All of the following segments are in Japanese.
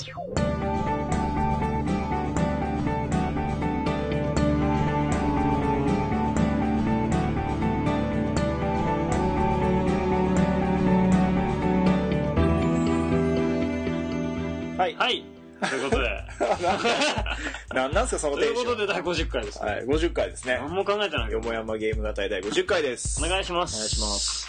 はいはいということでなんすかそのテンション。 ということで第50回ですね。 はい、50回ですね。 何も考えてないけど。 よもやまゲーム型第50回です。 お願いします。 お願いします。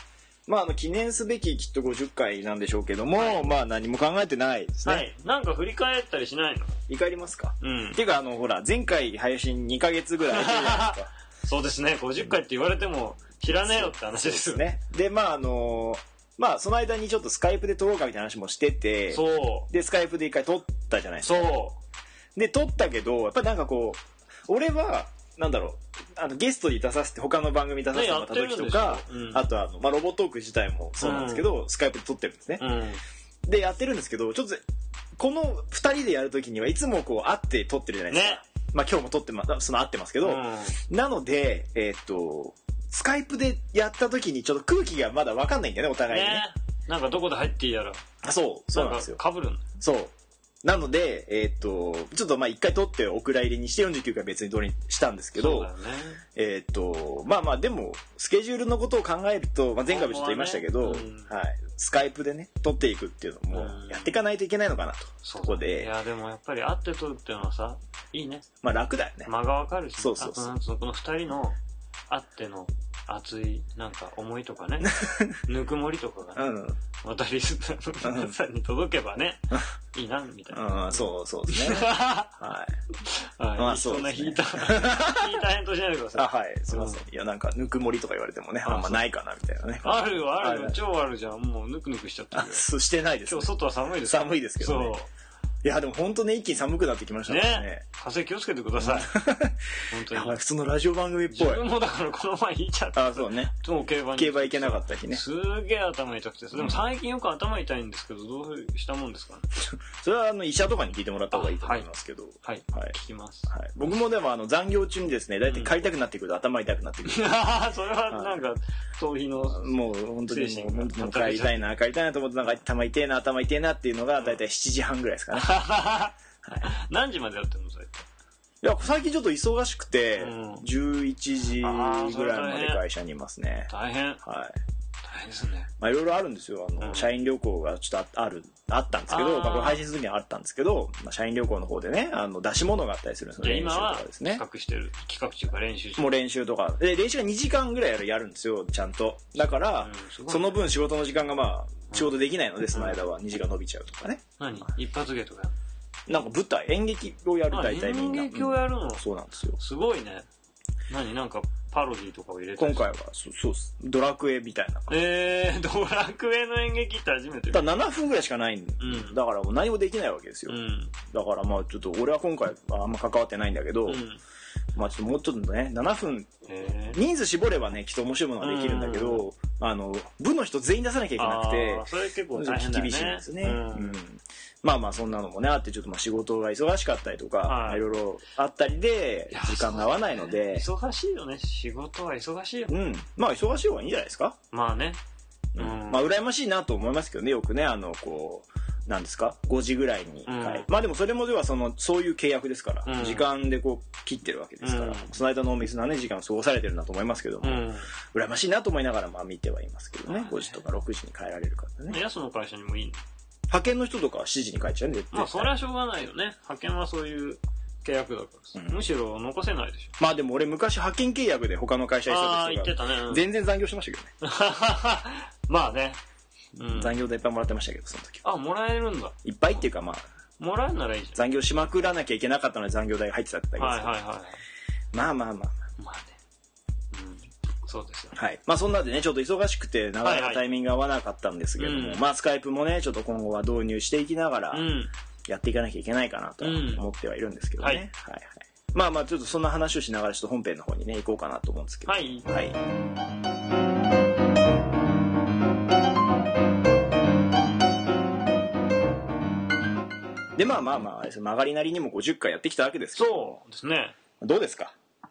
まあ記念すべききっと50回なんでしょうけども、はい、まあ何も考えてないですね。はい。 なんか振り返ったりしないの？ 振り返りますか。 うん。 っていうかほら前回配信2ヶ月ぐらい空いてるじゃないですか。 そうですね。50回って言われても知らねえよって話ですよね。 でまあその間にちょっとスカイプで撮ろうかみたいな話もしてて、 そうでスカイプで一回撮ったじゃないですか。 そうで撮ったけどやっぱりなんかこう俺はなんだろうゲストに出させて他の番組出させてもらった時とか、あとまあロボトーク自体もそうなんですけど、スカイプで撮ってるんですね。でやってるんですけどちょっとこの2人でやる時にはいつもこう会って撮ってるじゃないですか。まあ今日も撮って会ってますけど、なのでスカイプでやった時にちょっと空気がまだ分かんないんだよねお互いにね。 なんかどこで入っていいやら。 そうなんですよ。 かぶるんだ。 そう。なので、ちょっとまあ一回撮ってお蔵入れにして49回別にどれにしたんですけど、まあまあでもスケジュールのことを考えると、まあ、前回もちょっと言いましたけど、はい、スカイプでね撮っていくっていうのもやっていかないといけないのかなと。そこで。 いやでもやっぱり会って撮るっていうのはさ、いいね。 まあ楽だよね。 間がわかるし、 そうそうそう。 この2人の会っての熱いなんか思いとかねぬくもりとかがね、またリスナーの皆さんに届けばね、いいなみたいな。 そうですね。はい。 まあそんな引いた返答しないでください。 はい、すいません。いやなんかぬくもりとか言われてもね、あんまないかなみたいなね。 あるよ、超あるじゃん。もうぬくぬくしちゃってるよ。 そうしてないです。 今日外は寒いです。 寒いですけどね。いやでも本当ね一気に寒くなってきましたね。 風気をつけてください。本当に。 普通のラジオ番組っぽい。 自分もだからこの前引いちゃった。 あ、そうね。 もう競馬行けなかった日ね。 すげえ頭痛くて。でも最近よく頭痛いんですけど、どうしたもんですかね。 それは医者とかに聞いてもらった方がいいと思いますけど。 はい。聞きます。 はい。僕もでも残業中にですね、だいたい帰りたくなってくると頭痛くなってくる。 それはなんか逃避のもう本当に帰りたいなと思ってなんか頭痛いなっていうのがだいたい7時半ぐらいですかね。 何時までやってるのそれって。 いや最近ちょっと忙しくて、11時ぐらいまで会社にいますね。 大変。 はい。 大変ですね。 まあいろいろあるんですよ。社員旅行がちょっとあったんですけど、これ配信するにはあったんですけど、社員旅行の方でね出し物があったりするんですよ。 練習とかですね。企画中か練習中。 もう練習とかで練習が2時間ぐらいやるんですよちゃんと。だからその分仕事の時間がまあ仕事できないのでその間は2時間伸びちゃうとかね。 何？一発芸とか。 なんか舞台演劇をやる大体みんな。 演劇をやるの？ そうなんですよ。 すごいね。なんかパロディとかを入れて。 今回はそうですドラクエみたいな。 ドラクエの演劇って初めて見た。 7分ぐらいしかないんだからもう何もできないわけですよ。だからまあちょっと俺は今回あんま関わってないんだけど、まあちょっともうちょっとね7分人数絞ればねきっと面白いものができるんだけど、部の人全員出さなきゃいけなくてそれ結構大変だね。 厳しいんですね。まあそんなのもねあってちょっと仕事が忙しかったりとかいろいろあったりで時間が合わないので。 忙しいよね。仕事は忙しいよ。 まあ忙しい方がいいんじゃないですか。 まあね。 まあ羨ましいなと思いますけどねよくねこうなんですか5時ぐらいにまあでもそれもではそういう契約ですから、時間でこう切ってるわけですから、その間の密なね時間を過ごされてるなと思いますけども、羨ましいなと思いながらまあ見てはいますけどね。5時とか6時に帰られる方ね。 やすの会社にもいいの？ 派遣の人とかは7時に帰っちゃうんで。 まあそれはしょうがないよね。派遣はそういう契約だから、むしろ残せないでしょ。 まあでも俺昔派遣契約で他の会社にした時言ってたね。 全然残業してましたけどね。 まあね。 残業代いっぱいもらってましたけどその時は。 もらえるんだ。 いっぱいっていうかまあもらえるならいいじゃん。 残業しまくらなきゃいけなかったので残業代が入ってたってだけですけど。まあね。 そうですよ。 はい。まあそんなでねちょっと忙しくてなかなかタイミングが合わなかったんですけども、まあスカイプもねちょっと今後は導入していきながらやっていかなきゃいけないかなと思ってはいるんですけどね。まあちょっとそんな話をしながらちょっと本編の方にね行こうかなと思うんですけど。でまあ曲がりなりにも50回やってきたわけですけど。 そうですね。 どうですかね。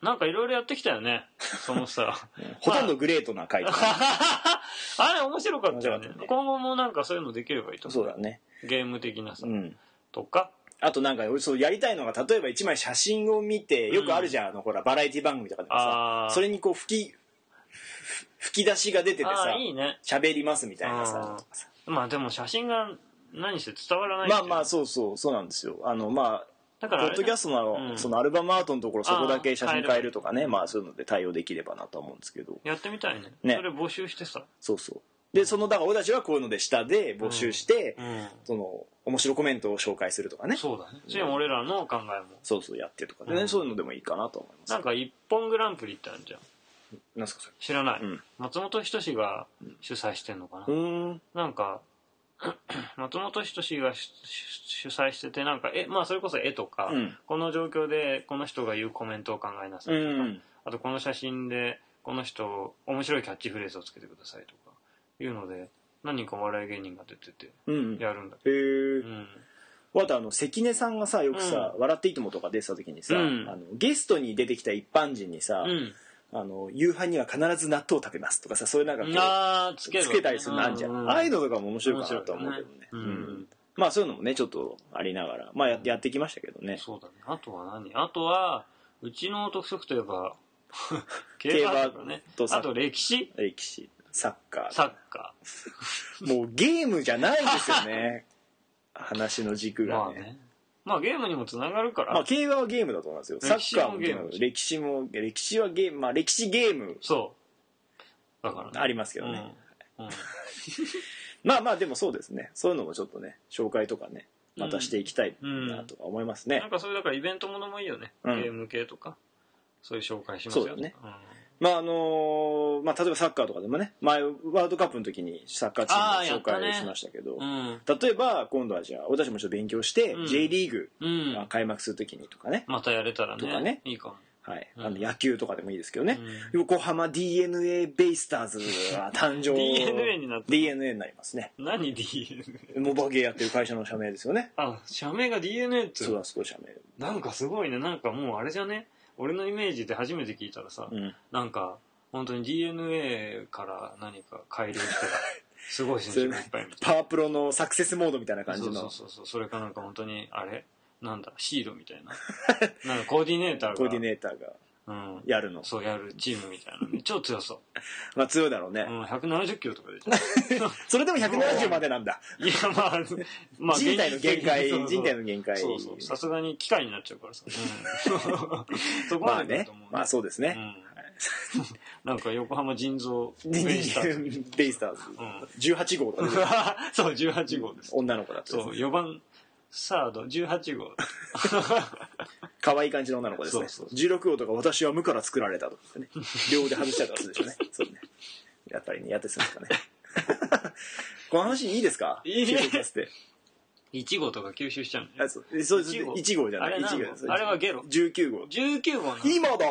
なんかいろいろやってきたよねそのさほとんどグレートな回とかあれ面白かったよね。今後もなんかそういうのできればいいと思う。 そうだね。 ゲーム的なさ、とかあとなんかそうやりたいのが、例えば一枚写真を見てよくあるじゃん、ほらバラエティ番組とかでもさ、それにこう吹き出しが出ててさ、 いいね、 喋りますみたいなさ。 まあでも写真が何して伝わらない。 まあそうなんですよ。まあだからポッドキャストのそのアルバムアートのところそこだけ写真変えるとかね、まあそういうので対応できればなと思うんですけど。 やってみたいね。それ募集してさ。 そう。でだから俺たちはこういうので下で募集して、その面白コメントを紹介するとかね。 そうだね。それも俺らの考えも。 そうやってとかね、そういうのでもいいかなと思います。 なんか一本グランプリってあるじゃん。 なんすかそれ。 知らない。松本人志が主催してんのかな。なんか松本人志が主催してて、なんかまあそれこそ絵とか、この状況でこの人が言うコメントを考えなさいとか、あとこの写真でこの人面白いキャッチフレーズをつけてくださいとかいうので何人か笑い芸人が出ててやるんだけど、 あと関根さんがさよくさ、笑っていいともとか出てた時にさ、ゲストに出てきた一般人にさ、夕飯には必ず納豆を食べますとかさ、そういうなんかこうつけたりするのあるじゃん。ああいうのとかも面白いかなと思うけどね。まあそういうのもねちょっとありながらまあやってきましたけどね。 そうだね。あとはあとはうちの特色といえば競馬とかね。あと歴史サッカーもうゲームじゃないですよね話の軸がね。 まあゲームにもつながるから。 まあ競馬はゲームだと思いますよ。サッカーもゲーム、歴史はゲーム、まあ歴史ゲームそうだから、ね、 ありますけどね。まあでもそうですね。そういうのもちょっとね紹介とかねまたしていきたいなと思いますね。 なんかそれだからイベントものもいいよね。ゲーム系とかそういう紹介しますよね。 そうだね。まあ例えばサッカーとかでもね前ワールドカップの時にサッカーチームを紹介しましたけど、例えば今度はじゃあ私もちょっと勉強して、J リーグが開幕する時にとかね、 またやれたらねとかねいいかも。 はい、野球とかでもいいですけどね、横浜 DNA ベイスターズが誕生 DNA になって DNA になりますね。 何 DNA？ モバゲーやってる会社の社名ですよね。 社名が DNA ってそうだすごい社名。 なんかすごいね。なんかもうあれじゃね、俺のイメージで初めて聞いたらさ、なんか本当に DNA から何か改良してたすごい選手がいっぱいみたいな。 パワープロのサクセスモードみたいな感じの。 そうそれかなんか本当にあれなんだシードみたいななんかコーディネーターがやるの、 そうやるチームみたいな超強そうまあ強いだろうね。 170キロとかでそれでも170までなんだ。 いやまあ人体の限界そうさすがに機械になっちゃうからさそこまでだと思うね。 まあそうですね。 なんか横浜腎臓ベイスターズ18号とかそう18号です。 女の子だった。 そう4番サード18号可愛い感じの女の子ですね。16号とか私は無から作られたとかね、両腕外したりとかするでしょうね。そうね。やっぱりねやってするんですかね。この話いいですか？ いいね。1号とか吸収しちゃうね。 そう1号じゃない。 あれはゲロ。 19号。 19号なの。 今だ。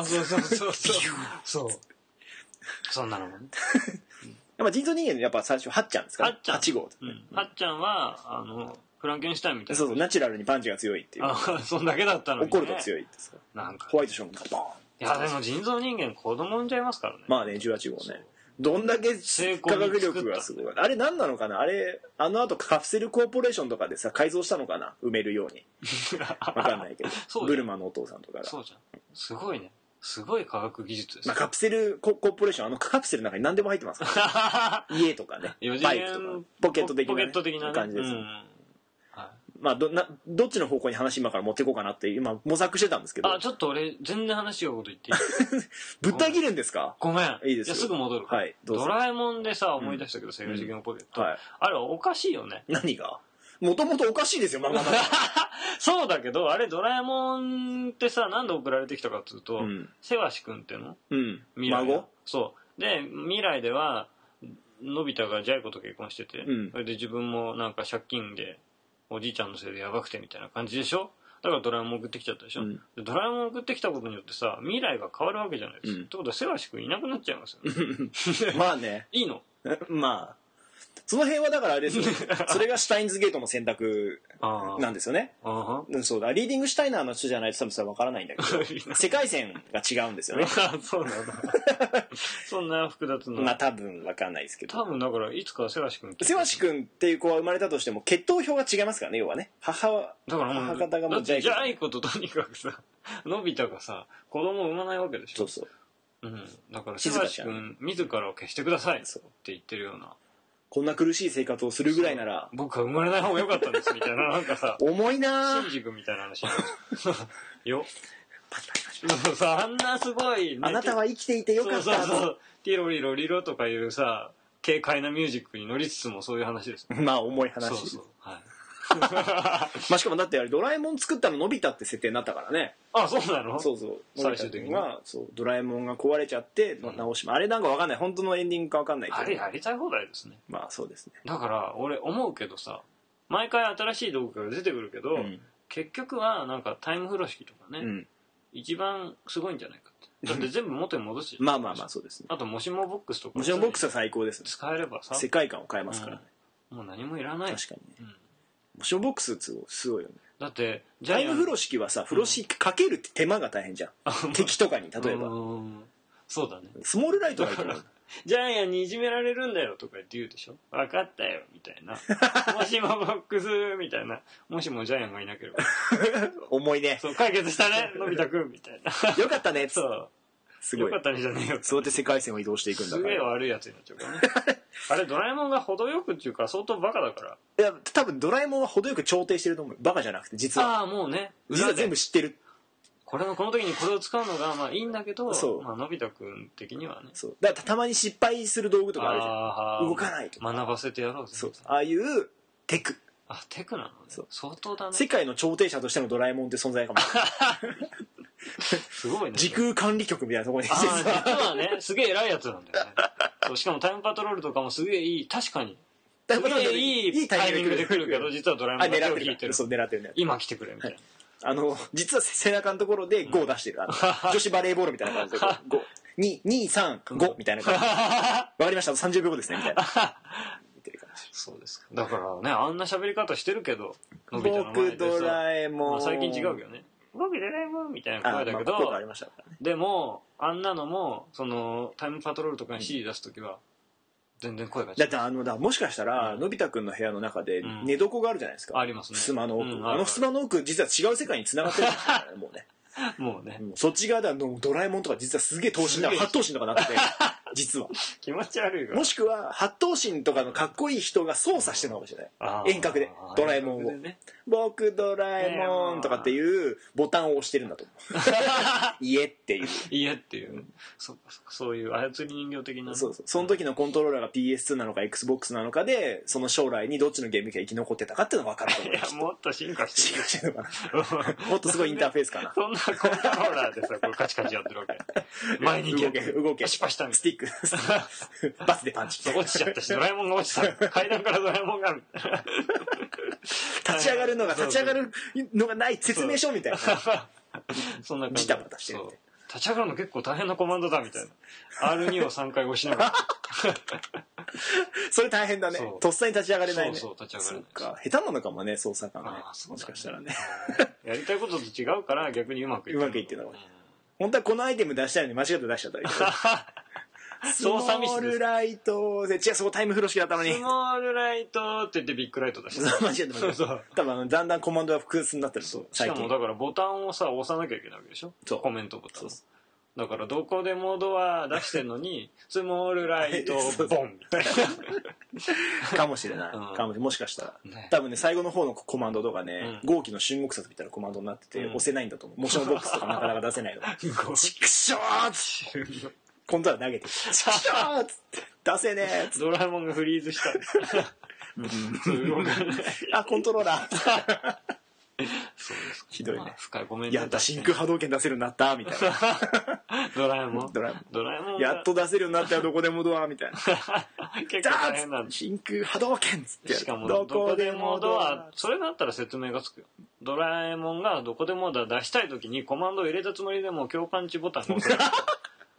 そうそんなのもね。 やっぱ人造人間のやっぱ最初はっちゃんですか？8号。 はっちゃんはフランケンシュタインみたいな。 そうナチュラルにパンチが強いっていう。 そんだけだったのに。 怒ると強いですか？ なんかホワイトショーンがバーン。 いやでも人造人間子供産んじゃいますからね。 まあね18号ね。どんだけ科学力がすごい。あれ何なのかな。あの後カプセルコーポレーションとかでさ改造したのかな、埋めるように。わかんないけど。ブルマのお父さんとかが。 そうじゃん。すごいね。すごい科学技術です。 まあカプセルコーポレーションカプセルの中に何でも入ってますから。家とかね。バイクとかポケット的な感じです。まあどっちの方向に話今から持っていこうかなって今模索してたんですけど。 ちょっと俺全然話違うこと言っていい？ ぶった切るんですか？ ごめん。 いいですよ。 すぐ戻るから。はい。ドラえもんでさ思い出したけどセガ事件ポケット。あれはおかしいよね。 何が？もともとおかしいですよ、漫画だから。 そうだけどあれドラえもんってさなんで送られてきたかっつうと、セワシ君っていうの？ 孫？ そうで未来ではのび太がジャイ子と結婚してて、それで自分もなんか借金でおじいちゃんのせいでやばくてみたいな感じでしょ。だからドラえもん送ってきちゃったでしょ、ドラえもん送ってきたことによってさ未来が変わるわけじゃないですか、ってことはセワシ君いなくなっちゃいますよね。 まあね。 いいの？ まあその辺はだからあれですよそれがシュタインズゲートの選択なんですよね。そうだ、リーディングシュタイナーの人じゃないと多分それは分からないんだけど世界線が違うんですよね。 そうなんだそんな複雑な。 まあ多分分かんないですけど、 多分だからいつか瀬橋君っていう子は生まれたとしても血統表が違いますからね、要はね。母方がもうジャイ子ととにかくさのび太がさ子供を産まないわけでしょ。そう、だから瀬橋君自らを消してくださいって言ってるような、 こんな苦しい生活をするぐらいなら僕は生まれない方が良かったんですみたいな、なんかさ重いなシンジ君みたいな話よさ、あんなすごい、 あなたは生きていてよかったそうティロリロリロとかいうさ軽快なミュージックに乗りつつもそういう話です、 まあ重い話。はいまあしかもだってあれドラえもん作ったののび太って設定になったからね。 あ、そうなの。 そう最終的にはドラえもんが壊れちゃって直しも、あれなんか分かんない、本当のエンディングか分かんないけど、 あれやりたい放題ですね。 まあそうですね。 だから俺思うけどさ、毎回新しい道具が出てくるけど、結局はなんかタイム風呂敷とかね、一番すごいんじゃないかって。だって全部元に戻してまあそうですね。 あともしもボックスとか、 もしもボックスは最高ですね。 使えればさ世界観を変えますからね、 もう何もいらない。 確かにね、もしもボックスってすごいよね。 だってタイム風呂敷はさ、風呂敷かけるって手間が大変じゃん、敵とかに例えば。 そうだね。 スモールライトがいけないジャイアンにいじめられるんだよとか言うでしょ。分かったよみたいなもしもボックスみたいな、もしもジャイアンがいなければ重いね。 そう、解決したねのび太くんみたいなよかったね。 そうすごいよかったねじゃねえよ。 そうやって世界線を移動していくんだから。 すげえ悪いやつになっちゃうからねあれドラえもんが程よくっていうか相当バカだから。 いや多分ドラえもんは程よく調停してると思う。バカじゃなくて実は。 ああもうね。 実は全部知ってる。 この時にこれを使うのがまあいいんだけど、まあのび太くん的にはね。 そう。だからたまに失敗する道具とかあるじゃん。動かないとか。 学ばせてやろうぜ。 そう。ああいうテク。 あ、テクなのね。相当だね。 世界の調停者としてのドラえもんって存在かもしれない。 すごいね。 時空管理局みたいなところに。 実はね、すげえ偉いやつなんだよね。しかもタイムパトロールとかもすげえいい、確かに。すげえいいタイミングで来るけど、実はドラえもんが手を引いてる。 そう、狙ってるね。 今来てくれみたいな。 実は背中のところで5を出してる。女子バレーボールみたいな感じで、5、2、3、5みたいな感じで。わかりました、30秒後ですね、みたいな。 そうですか。だからね、あんな喋り方してるけど、 僕ドラえもん。 最近違うけどね。僕ドラえもんみたいな声だけど、でも、あんなのも、タイムパトロールとかに指示出すときは、全然声が違う。 だってもしかしたら、のび太くんの部屋の中で寝床があるじゃないですか。 ありますね。 襖の奥。襖の奥、実は違う世界に繋がってるんですからね、もうね。 もうね。 そっち側ではドラえもんとか実はすげえ頭身だから、8頭身とかなってて、実は。 気持ち悪いわ。 もしくは、8頭身とかのかっこいい人が操作してるのかもしれない。遠隔で、ドラえもんを。僕ドラえもんとかっていうボタンを押してるんだと思う。家っていう。 家っていう。そういう操り人形的な。 そう。その時のコントローラーが PS2 なのか Xbox なのかで、その将来にどっちのゲーム機が生き残ってたかっていうのが分かると思う。 いや、もっと進化してるのかな。もっとすごいインターフェースかな。 そんなコントローラーでさ、これカチカチやってるわけ。前に動け。 失敗したスティック。バスでパンチ。 落ちちゃったし、ドラえもんが落ちた。階段からドラえもんが。 立ち上がるのがない説明書みたいな。 そんな感じ。 ジタバタしてる。 立ち上がるの結構大変なコマンドだみたいな。R2 を3回押しながら。 それ大変だね。とっさに立ち上がれないね。 そう、立ち上がれない。 そうか。下手なのかもね、操作感ね。もしかしたらね。 やりたいことと違うから逆にうまくいってるの。本当はこのアイテム出したいのに間違って出しちゃったり。 操作ミス。 スモールライトで、違う、そうタイム風呂敷だったのに。 スモールライトって言ってビッグライト出した。 間違ってます。多分だんだんコマンドが複雑になってる。 しかもだからボタンをさ、押さなきゃいけないわけでしょ。コメントボタン。だからどこでもドア出してんのに、スモールライトボンみたいな。 かもしれない。もしかしたら。多分ね、最後の方のコマンドとかね、号機の春国殺みたいなコマンドになってて、押せないんだと思う。モーションボックスとかなかなか出せないの。チクショーって。今度は投げて、チクショーっつって、出せねえっつって。 ドラえもんがフリーズした。 あ、コントローラー。 そうですか。 ひどいね。 深いごめんね。やった、真空波動拳出せるようになった、みたいな。 ドラえもん。 やっと出せるようになったよ、どこでもドア、みたいな。 結構大変なんだ。 真空波動拳つって。 しかも、どこでもドア、それがあったら説明がつくよ。ドラえもんがどこでもドア出したいときにコマンドを入れたつもりでも強パンチボタンが押せない。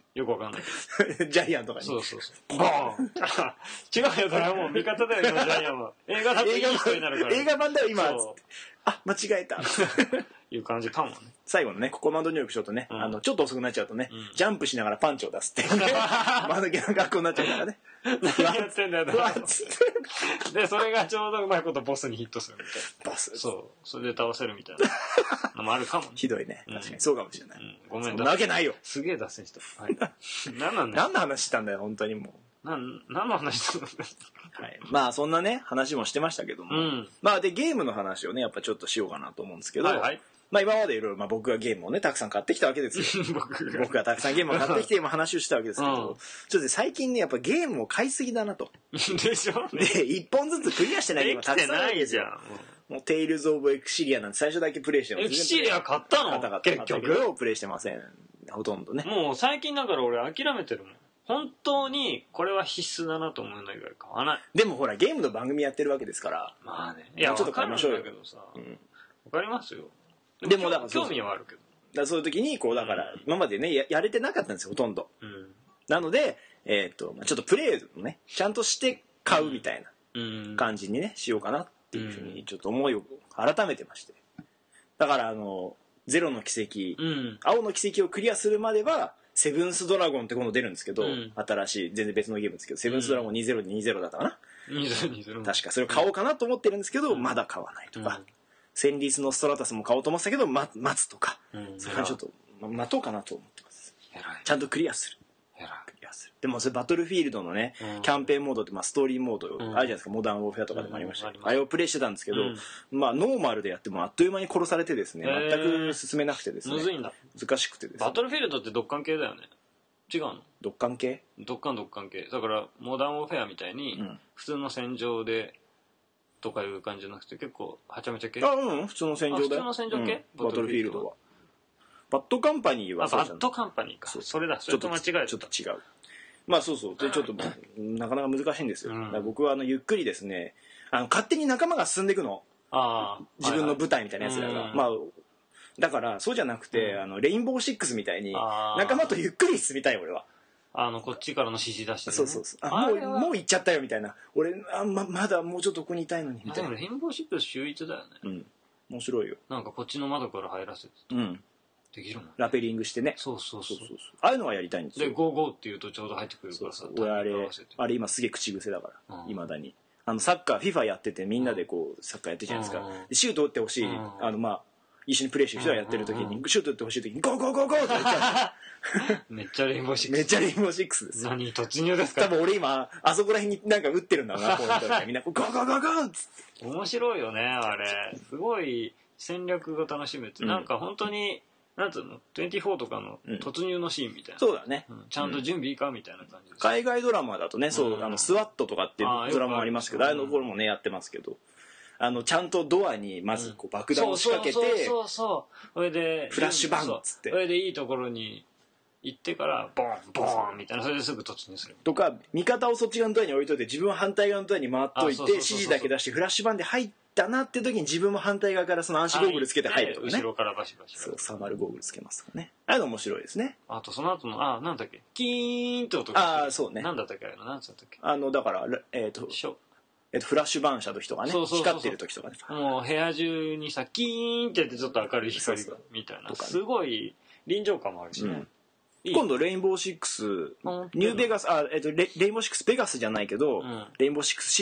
よくわかんないけどジャイアンとかにそうボーン違うよドラえもん味方だよ今ジャイアンは映画だといい人になるから映画版だよ今間違えたいう感じかもね最後のねコマンド入力しようとね、ちょっと遅くなっちゃうとね、ジャンプしながらパンチを出すっていうね間抜けな格好になっちゃうからね何やってんだよでそれがちょうどうまいことボスにヒットするみたいなボスそうそれで倒せるみたいなのもあるかもねひどいね確かにそうかもしれない、 ごめんそんなわけないよすげえ脱線した、はい、何の話したんだよ本当にもう何の話したんだよはい、まあそんなね話もしてましたけども、まあでゲームの話をねやっぱちょっとしようかなと思うんですけど、まあ今までいろいろ僕がゲームをねたくさん買ってきたわけですよ僕がたくさんゲームを買ってきて今話をしたわけですけど、ちょっと最近ねやっぱゲームを買いすぎだなとでしょで一本ずつクリアしてないゲームたくさんあるわけですよもうテイルズ・オブ・エクシリアなんて最初だけプレイしてますエクシリア買ったの結局プレイしてませんほとんどねもう最近だから俺諦めてるもん本当にこれは必須だなと思うの以外買わないでもほらゲームの番組やってるわけですからまあねいやちょっと買いましょうよ分かりますよでもだから興味はあるけどだそういう時にこうだから今までね やれてなかったんですよほとんど、なのでちょっとプレイをねちゃんとして買うみたいな感じにねしようかなっていうふうにちょっと思いを改めてましてだからゼロの奇跡、青の奇跡をクリアするまではセブンスドラゴンって今度出るんですけど、新しい全然別のゲームですけどセブンスドラゴン2020だったかな、確かそれを買おうかなと思ってるんですけど、まだ買わないとか、センリスのストラタスも買おうと思ってたけど、待つとか、それはちょっと待とうかなと思ってます。ちゃんとクリアする。でもそれバトルフィールドのね、キャンペーンモードって、ストーリーモードあるじゃないですか、モダンウォーフェアとかでもありました、あれをプレイしてたんですけど、ノーマルでやってもあっという間に殺されてですね、全く進めなくてですね、 むずいんだ難しくてですね。 バトルフィールドってドッカン系だよね。違うの？ ドッカン系？ ドッカン系だからモダンウォーフェアみたいに普通の戦場でとかいう感じじゃなくて結構はちゃめちゃ系？ 普通の戦場だよ。 普通の戦場系？ バトルフィールドはバッドカンパニーはそうじゃん。バッドカンパニーか。それだ。それと間違えた。 ちょっと違う。そうでちょっとなかなか難しいんですよ。僕はゆっくりですね勝手に仲間が進んでいくの。自分の部隊みたいなやつらが。だからそうじゃなくてレインボーシックスみたいに仲間とゆっくり進みたい俺は。 こっちからの指示出してる、ね、そうもう行っちゃったよみたいな俺まだもうちょっとここにいたいのにみたいな。 でもレインボーシックス秀逸だよね。 面白いよ。 なんかこっちの窓から入らせてできるもん、ね、 ラペリングしてね。 そうああいうのはやりたいんですよ。 でゴーゴーって言うとちょうど入ってくるからさ。 俺あれ今すげえ口癖だからいまだにサッカー FIFA やっててみんなでこうサッカーやってるじゃないですか。でシュート打ってほしい一緒にプレイしてる人がやってる時にシュート打ってほしい時にゴーゴーゴーゴーって言っちゃう。めっちゃレインボーシックス。 めっちゃレインボーシックスです。 何突入ですか。 多分俺今あそこら辺になんか打ってるんだろうなポイントでみんなゴーゴーゴーゴーっつって。 面白いよねあれ。すごい戦略が楽しめてなんか本当になんつうの24とかの突入のシーンみたいな。 そうだね。 ちゃんと準備いいかみたいな感じです。 海外ドラマだとねスワットとかっていうドラマもありますけどあの頃もねやってますけど。ちゃんとドアにまずこう爆弾を仕掛けてそれでフラッシュバンっつってそれでいいところに行ってからボンボンみたいなそれですぐ突入するとか味方をそっち側のドアに置いといて自分は反対側のドアに回っといて指示だけ出してフラッシュバンで入ったなって時に自分も反対側からその暗視ゴーグルつけて入るとかね。 後ろからバシバシそうサーマルゴーグルつけますとかね。あれの面白いですね。 あとその後のなんだっけキーンって音がそうね。 なんだったっけなんつったっけだからフラッシュバンした時とかね光ってる時とかねもう部屋中にさキーンってやってちょっと明るい光がみたいなすごい臨場感もあるしね。 今度レインボーシックスニューベガスレインボーシックスベガスじゃないけどレインボーシックス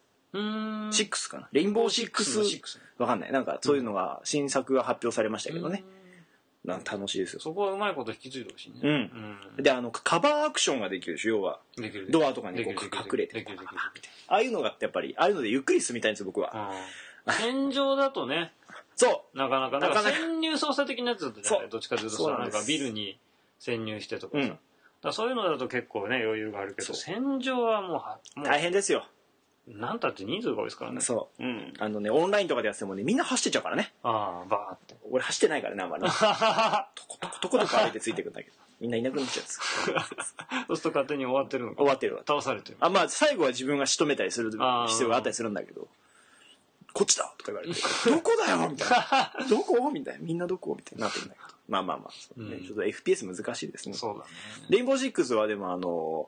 6かなレインボーシックスわかんないなんかそういうのが新作が発表されましたけどねなんか楽しいですよ。 そこはうまいこと引き継いでほしいね。 でカバーアクションができるでしょ要はドアとかにこう隠れてああいうのがやっぱりああいうのでゆっくり進みたいんですよ僕は。 戦場だとねそうなかなか潜入捜査的なやつだったじゃないどっちかというとさなんかビルに潜入してとかさそういうのだと結構ね余裕があるけど戦場はもう大変ですよ。 なんたって人数が多いですからね。 そうオンラインとかでやっててもねみんな走ってちゃうからね。 バーって俺走ってないからねあんまりねとことか歩いてついてくんだけどみんないなくなっちゃうんですそうすると勝手に終わってるのか。 終わってる倒されてる。 最後は自分が仕留めたりする必要があったりするんだけどこっちだとか言われてどこだよみたいなどこみたいなみんなどこみたいになってるんだけどまあそうね、ちょっと FPS 難しいですね。 そうだね。 レインボーシックスはでも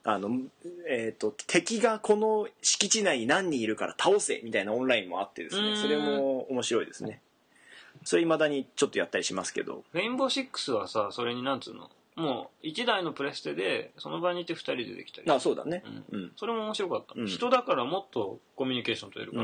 敵がこの敷地内に何人いるから倒せみたいなオンラインもあってですね、それも面白いですね。それ未だにちょっとやったりしますけど。 レインボーシックスはさ、それになんつうの、もう1台のプレステでその場にいて2人でできたり。 あ、そうだね。 それも面白かった。人だからもっとコミュニケーション取れるから、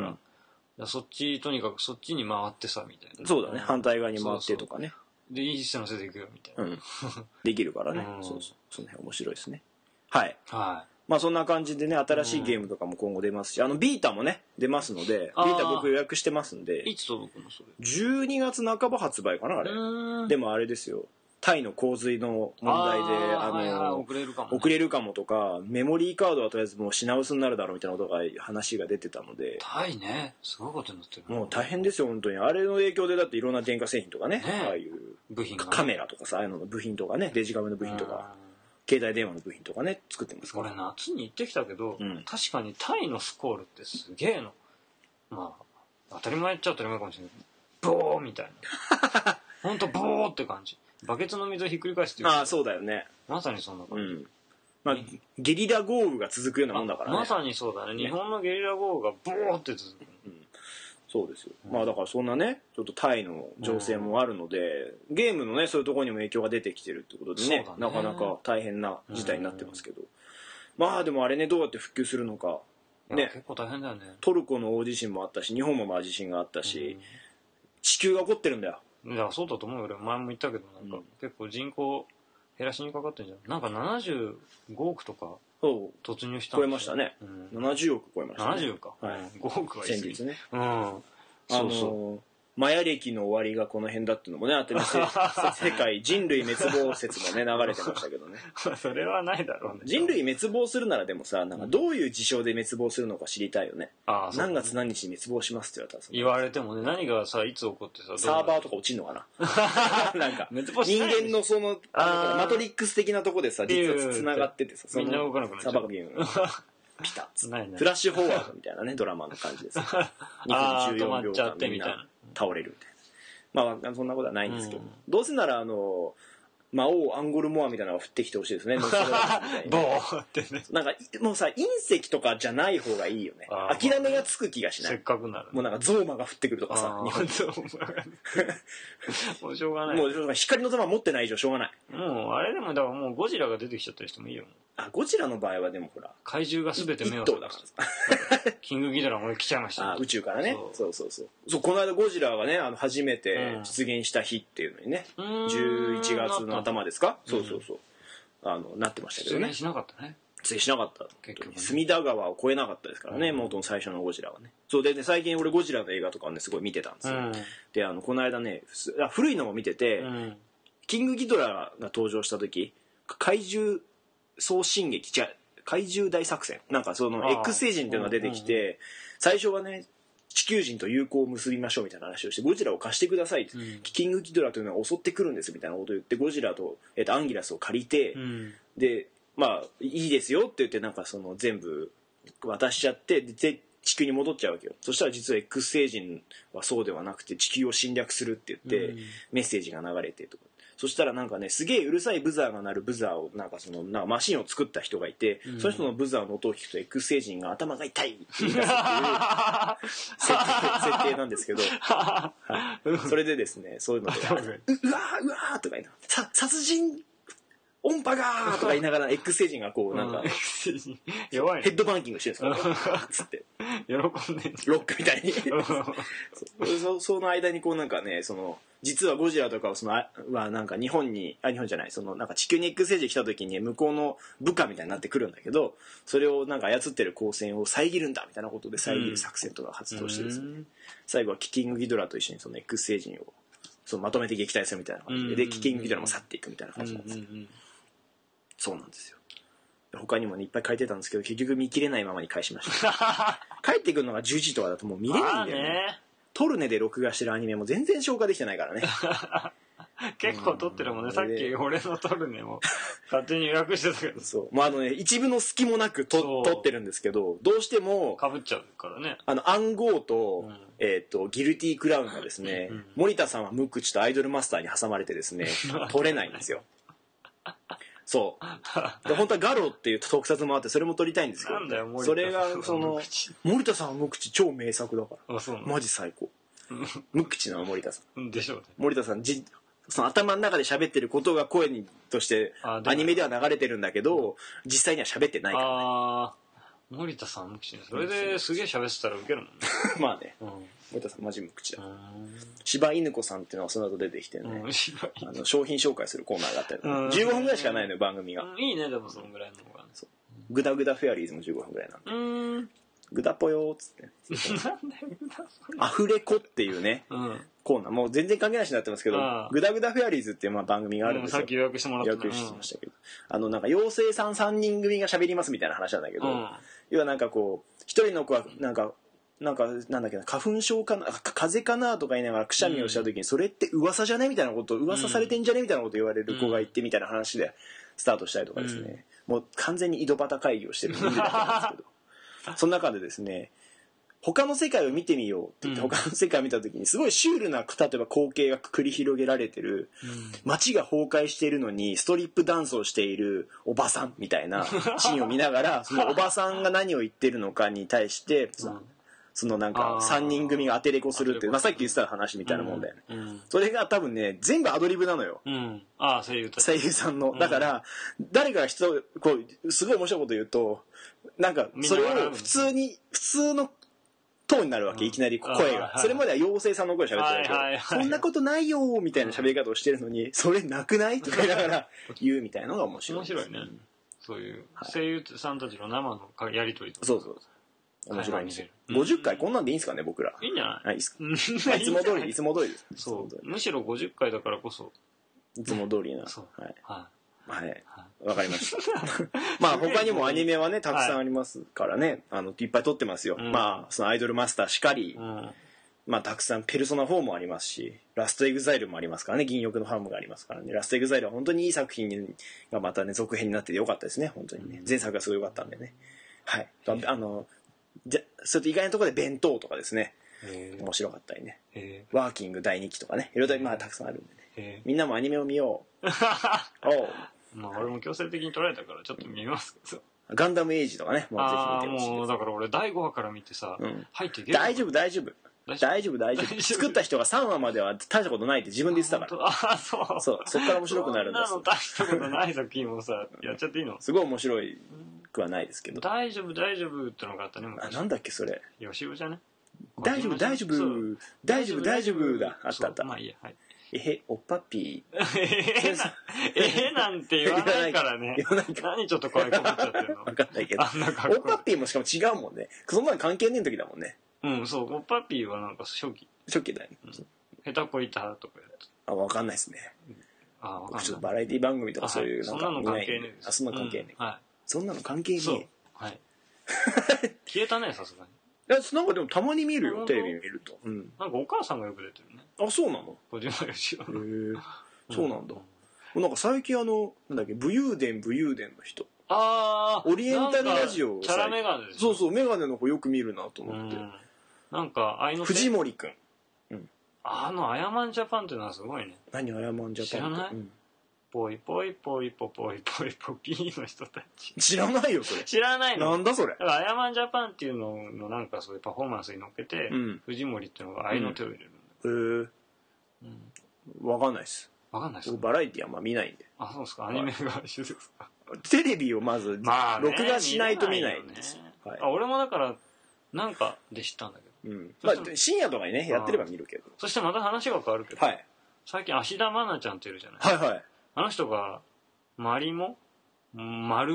そっちとにかくそっちに回ってさみたいな。 そうだね。反対側に回ってとかね。 でいい人乗せていくよみたいな。 できるからね。そうそう。その辺面白いですね。はい。まあそんな感じでね、新しいゲームとかも今後出ますし、ビータもね出ますので、ビータ僕予約してますんで。 いつ届くのそれ。 12月半ば発売かなあれ。でもあれですよ。タイの洪水の問題で遅れるかもとか、メモリーカードはとりあえずもう品薄になるだろうみたいなことが話が出てたので。 タイね、すごいことになってる。 もう大変ですよ本当に。あれの影響でだっていろんな電化製品とかね、ああいう部品カメラとかさ、ああいうのの部品とかね、デジカメの部品とか。携帯電話の部品とかね作ってますから。 俺夏に行ってきたけど、確かにタイのスコールってすげえの。まあ当たり前っちゃ当たり前かもしれない。ボーみたいな。ほんとボーって感じ。バケツの水をひっくり返すっていう。 ああそうだよね。 まさにそんな感じ。 まあゲリラ豪雨が続くようなもんだからね。 まさにそうだね。日本のゲリラ豪雨がボーって続く。 そうですよ。まあだからそんなねちょっとタイの情勢もあるので、ゲームのねそういうところにも影響が出てきてるってことでね、なかなか大変な事態になってますけど、まあでもあれねどうやって復旧するのかね。 結構大変だよね。 トルコの大地震もあったし、日本もまあ地震があったし、地球が起こってるんだよ。 いやそうだと思うよ。俺前も言ったけどなんか、結構人口減らしにかかってるんじゃん。なんか75億とか突入したんですよ。 超えましたね。70億超えましたね。 70か。5億は先日ね。 そうマヤ歴の終わりがこの辺だっていうのもね、あって世界人類滅亡説もね流れてましたけどね。 それはないだろうね。 人類滅亡するならでもさ、なんかどういう事象で滅亡するのか知りたいよね。何月何日に滅亡しますって言われてもね、何がさいつ起こってさ、 サーバーとか落ちんのかな。なんか人間のそのマトリックス的なとこでさ実はつながっててさ、 みんな動かなくなっちゃう。 サーバーゲームピタッツフラッシュフォワードみたいなねドラマの感じです。2分14秒間みんな倒れるみたいな。まあそんなことはないんですけど、どうせなら魔王アンゴルモアみたいなのが降ってきてほしいですね。ボーってね。 なんかもうさ隕石とかじゃない方がいいよね。諦めがつく気がしない。 せっかくならもうなんかゾーマが降ってくるとかさ。 日本ゾーマがもうしょうがない。 もう光の玉持ってない以上しょうがない。 もうあれでもだからもうゴジラが出てきちゃったりしてもいいよ。 ゴジラの場合はでもほら怪獣が全て目を覚ましたキングギドラも来ちゃいました。 宇宙からね。そうこの間ゴジラがね初めて出現した日っていうのにね、11月の頭ですか。そうなってましたけどね。 出現しなかったね。 出現しなかった。隅田川を越えなかったですからね、元の最初のゴジラはね。そうでね、最近俺ゴジラの映画とかをねすごい見てたんですよ。でこの間ね古いのも見てて、キングギドラが登場した時怪獣総進撃怪獣大作戦なんかその X 星人っていうのが出てきて、最初はね地球人と友好を結びましょうみたいな話をして、ゴジラを貸してくださいって、キングギドラというのは襲ってくるんですみたいなことを言ってゴジラと、アンギラスを借りて、でまあいいですよって言ってなんかその全部渡しちゃってで地球に戻っちゃうわけよ。そしたら実は X 星人はそうではなくて地球を侵略するって言って、メッセージが流れてとか。そしたらなんかねすげえうるさいブザーが鳴るブザーをなんかなんかマシンを作った人がいて、その人のブザーの音を聞くと X 星人が頭が痛いって言い出すっていう設定なんですけど、それでですねそういうのでうわーとか言いながら殺人音波がーとか言いながら X 星人がこうなんかヘッドバンキングしてるんですよつって喜んでロックみたいにその間にこうなんかね実はゴジラとかはなんか日本じゃないなんか地球に X 星人来た時に向こうの部下みたいになってくるんだけど、それをなんか操ってる光線を遮るんだみたいなことで遮る作戦とか発動してですね、最後はキングギドラと一緒にその X 星人をまとめて撃退するみたいな感じで、キングギドラも去っていくみたいな感じなんですよ。そうなんですよ。他にもねいっぱい書いてたんですけど結局見切れないままに返しました帰ってくるのが10時とかだともう見れないんだよね。トルネで録画してるアニメも全然消化できてないからね結構撮ってるもんね、さっき俺のトルネも勝手に予約してたけど。 そう。まあ一部の隙もなく撮ってるんですけど、どうしても、 被っちゃうからね。 暗号と、ギルティークラウンがですね、森田さんは無口とアイドルマスターに挟まれてですね、撮れないんですよ。そう。で本当はガロっていう特撮もあって、それも撮りたいんですけど、 なんだよ、森田さん。 それが、森田さんは無口超名作だから。 あ、そうなの？ マジ最高。無口な森田さん。 でしょうね。 森田さん、その頭の中で喋ってることが声としてアニメでは流れてるんだけど、実際には喋ってないからね。 ああ、森田さん無口ね。それですげえ喋ってたらウケるもんね。 まあね、森田さんマジ無口だ。柴犬子さんっていうのがその後出てきてね、商品紹介するコーナーがあったり、15分ぐらいしかないのよ、番組が。 いいね、でもそのぐらいの方がね。 グダグダフェアリーズも15分ぐらいなんで。グダぽよーっつって。アフレコっていうね、コーナー、もう全然関係ないしになってますけど、グダグダフェアリーズっていう番組があるんですよ。 さっき予約してもらった。 予約してましたけど。なんか妖精さん3人組が喋りますみたいな話なんだけど、要はなんかこう、一人の子はなんだっけな、花粉症かな、風邪かなとか言いながらくしゃみをした時に、それって噂じゃねみたいなことを、噂されてんじゃねみたいなことを言われる子がいてみたいな話でスタートしたりとかですね、もう完全に井戸端会議をしてるんですけど、その中でですね、他の世界を見てみようって言って、他の世界を見た時にすごいシュールな、例えば光景が繰り広げられてる、街が崩壊しているのにストリップダンスをしているおばさんみたいなシーンを見ながら、そのおばさんが何を言ってるのかに対して、そのなんか3人組が当てれこするっていう、さっき言ってた話みたいなもんだよね。それが多分ね、全部アドリブなのよ。声優さんの。だから誰かがこうすごい面白いこと言うと、なんかそれを普通のトーンになるわけ、いきなり声が。それまでは妖精さんの声喋ってるわけ。そんなことないよーみたいな喋り方をしてるのに、それなくないとか言いながら言うみたいなのが面白い。 面白いね。そういう声優さんたちの生のやりとりとか。 そう。面白いんですよ。50回こんなんでいいんですかね、僕ら。 いいんじゃない？ いいですか。いつも通りです。 そう。むしろ50回だからこそ。 いつも通りな。はい。わかりました。まあ他にもアニメはね、たくさんありますからね。いっぱい撮ってますよ。まあ、そのアイドルマスターしかり、まあたくさんペルソナ4もありますし、ラストエグザイルもありますからね、銀翼のファームがありますからね。ラストエグザイルは本当にいい作品がまたね、続編になっててよかったですね、本当にね。前作がすごい良かったんでね。はい。それと意外なところで弁当とかですね。面白かったりね。ワーキング第2期とかね。いろいろまあたくさんあるんでね。みんなもアニメを見よう。 まあ俺も強制的に撮られたからちょっと見ますけど。 ガンダムエイジとかね。もうぜひ見てほしいです。 もうだから俺第5話から見てさ、入っていける？ 大丈夫。作った人が3話までは大したことないって自分で言ってたから。そう。そっから面白くなるんです。 そんなの大したことない作品もさ、やっちゃっていいの？ すごい面白くはないですけど。 大丈夫ってのがあったね。 なんだっけそれ。 吉尾じゃね？ 大丈夫だ。あった。 まあいいや、はい。 おっぱっぴー。 なんて言わないからね。何ちょっと可愛くなっちゃってるの？ わかんないけど。おっぱっぴーもしかも違うもんね。そんなの関係ねえ時だもんね。 そう。おっぱっぴーはなんか初期だよね。 下手こいたとかやつ。 わかんないですね。ちょっとバラエティ番組とかそういうなんか見ない。 そんなの関係ねえ。そんなの関係ねえ。 はい。消えたね、さすがに。 なんかでもたまに見るよ、テレビ見ると。 なんかお母さんがよく出てるね。 あ、そうなの？ 小島よしお。 そうなんだ。なんか最近なんだっけ、武勇伝の人。オリエンタルラジオ。 チャラメガネでしょ。そう、メガネの子よく見るなと思って。 なんか、 藤森くん。 アヤマンジャパンってのはすごいね。 何アヤマンジャパンって。知らない？ ポイポイポイポポイポイポピーの人たち。 知らないよ、それ。 知らないの？ なんだそれ。 だから、アヤマンジャパンっていうののなんかそういうパフォーマンスに乗っけて、藤森っていうのが愛の手を入れるんだ。 わかんないっす。 わかんないっす。 バラエティあんま見ないんで。 あ、そうですか。アニメが一緒ですか。 テレビをまず、録画しないと見ないんです。 俺もだから、なんかで知ったんだけど。 まあ、深夜とかにね、やってれば見るけど。 そしてまた話が変わるけど、最近芦田愛菜ちゃんっているじゃない。 はいはい。 あの人が、マリモの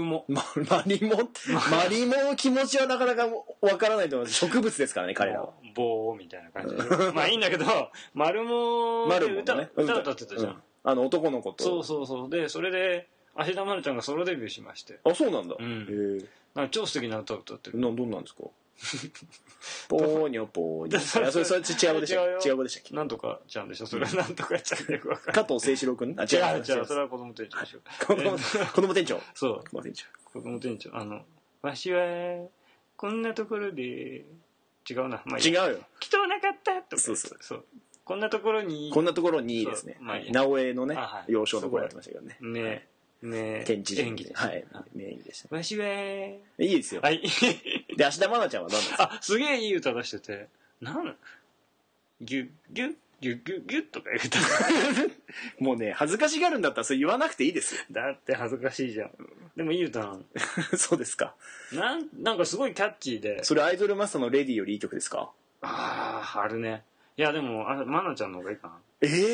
気持ちはなかなかわからないと思います。植物ですからね、彼らは。 ボーみたいな感じで。まあいいんだけど、マルモで歌歌ってたじゃん。 男の子と。 そう。で、それで、芦田愛菜ちゃんがソロデビューしまして。 あ、そうなんだ。 なんか超素敵な歌を歌ってる。 どんなんですか？ ポーニョポーニョ。それ違う子でしたっけ？違う子でしたっけ？ なんとかちゃんでしょそれ。なんとかちゃんで加藤清志郎くん？あ、違う。 それは子供店長でしょ。 子供店長。 そう。子供店長。わしは、こんなところで、違うな。 違うよ。 来となかったとか。 そう。 こんなところにですね。直江のね、幼少の頃やってましたけどね。県知事。はい。名演技でした。 わしは、 いいですよ。はい。で、芦田愛菜ちゃんは何ですか？ すげえいい歌出してて、ギュッギュッギュッギュッギュッとか言うた。 もうね、恥ずかしがるんだったらそれ言わなくていいですよ。 だって恥ずかしいじゃん。でもいい歌なの。 そうですか。 なんかすごいキャッチーで。 それアイドルマスターのレディよりいい曲ですか？ あるね。いやでも、愛菜ちゃんの方がいいかな。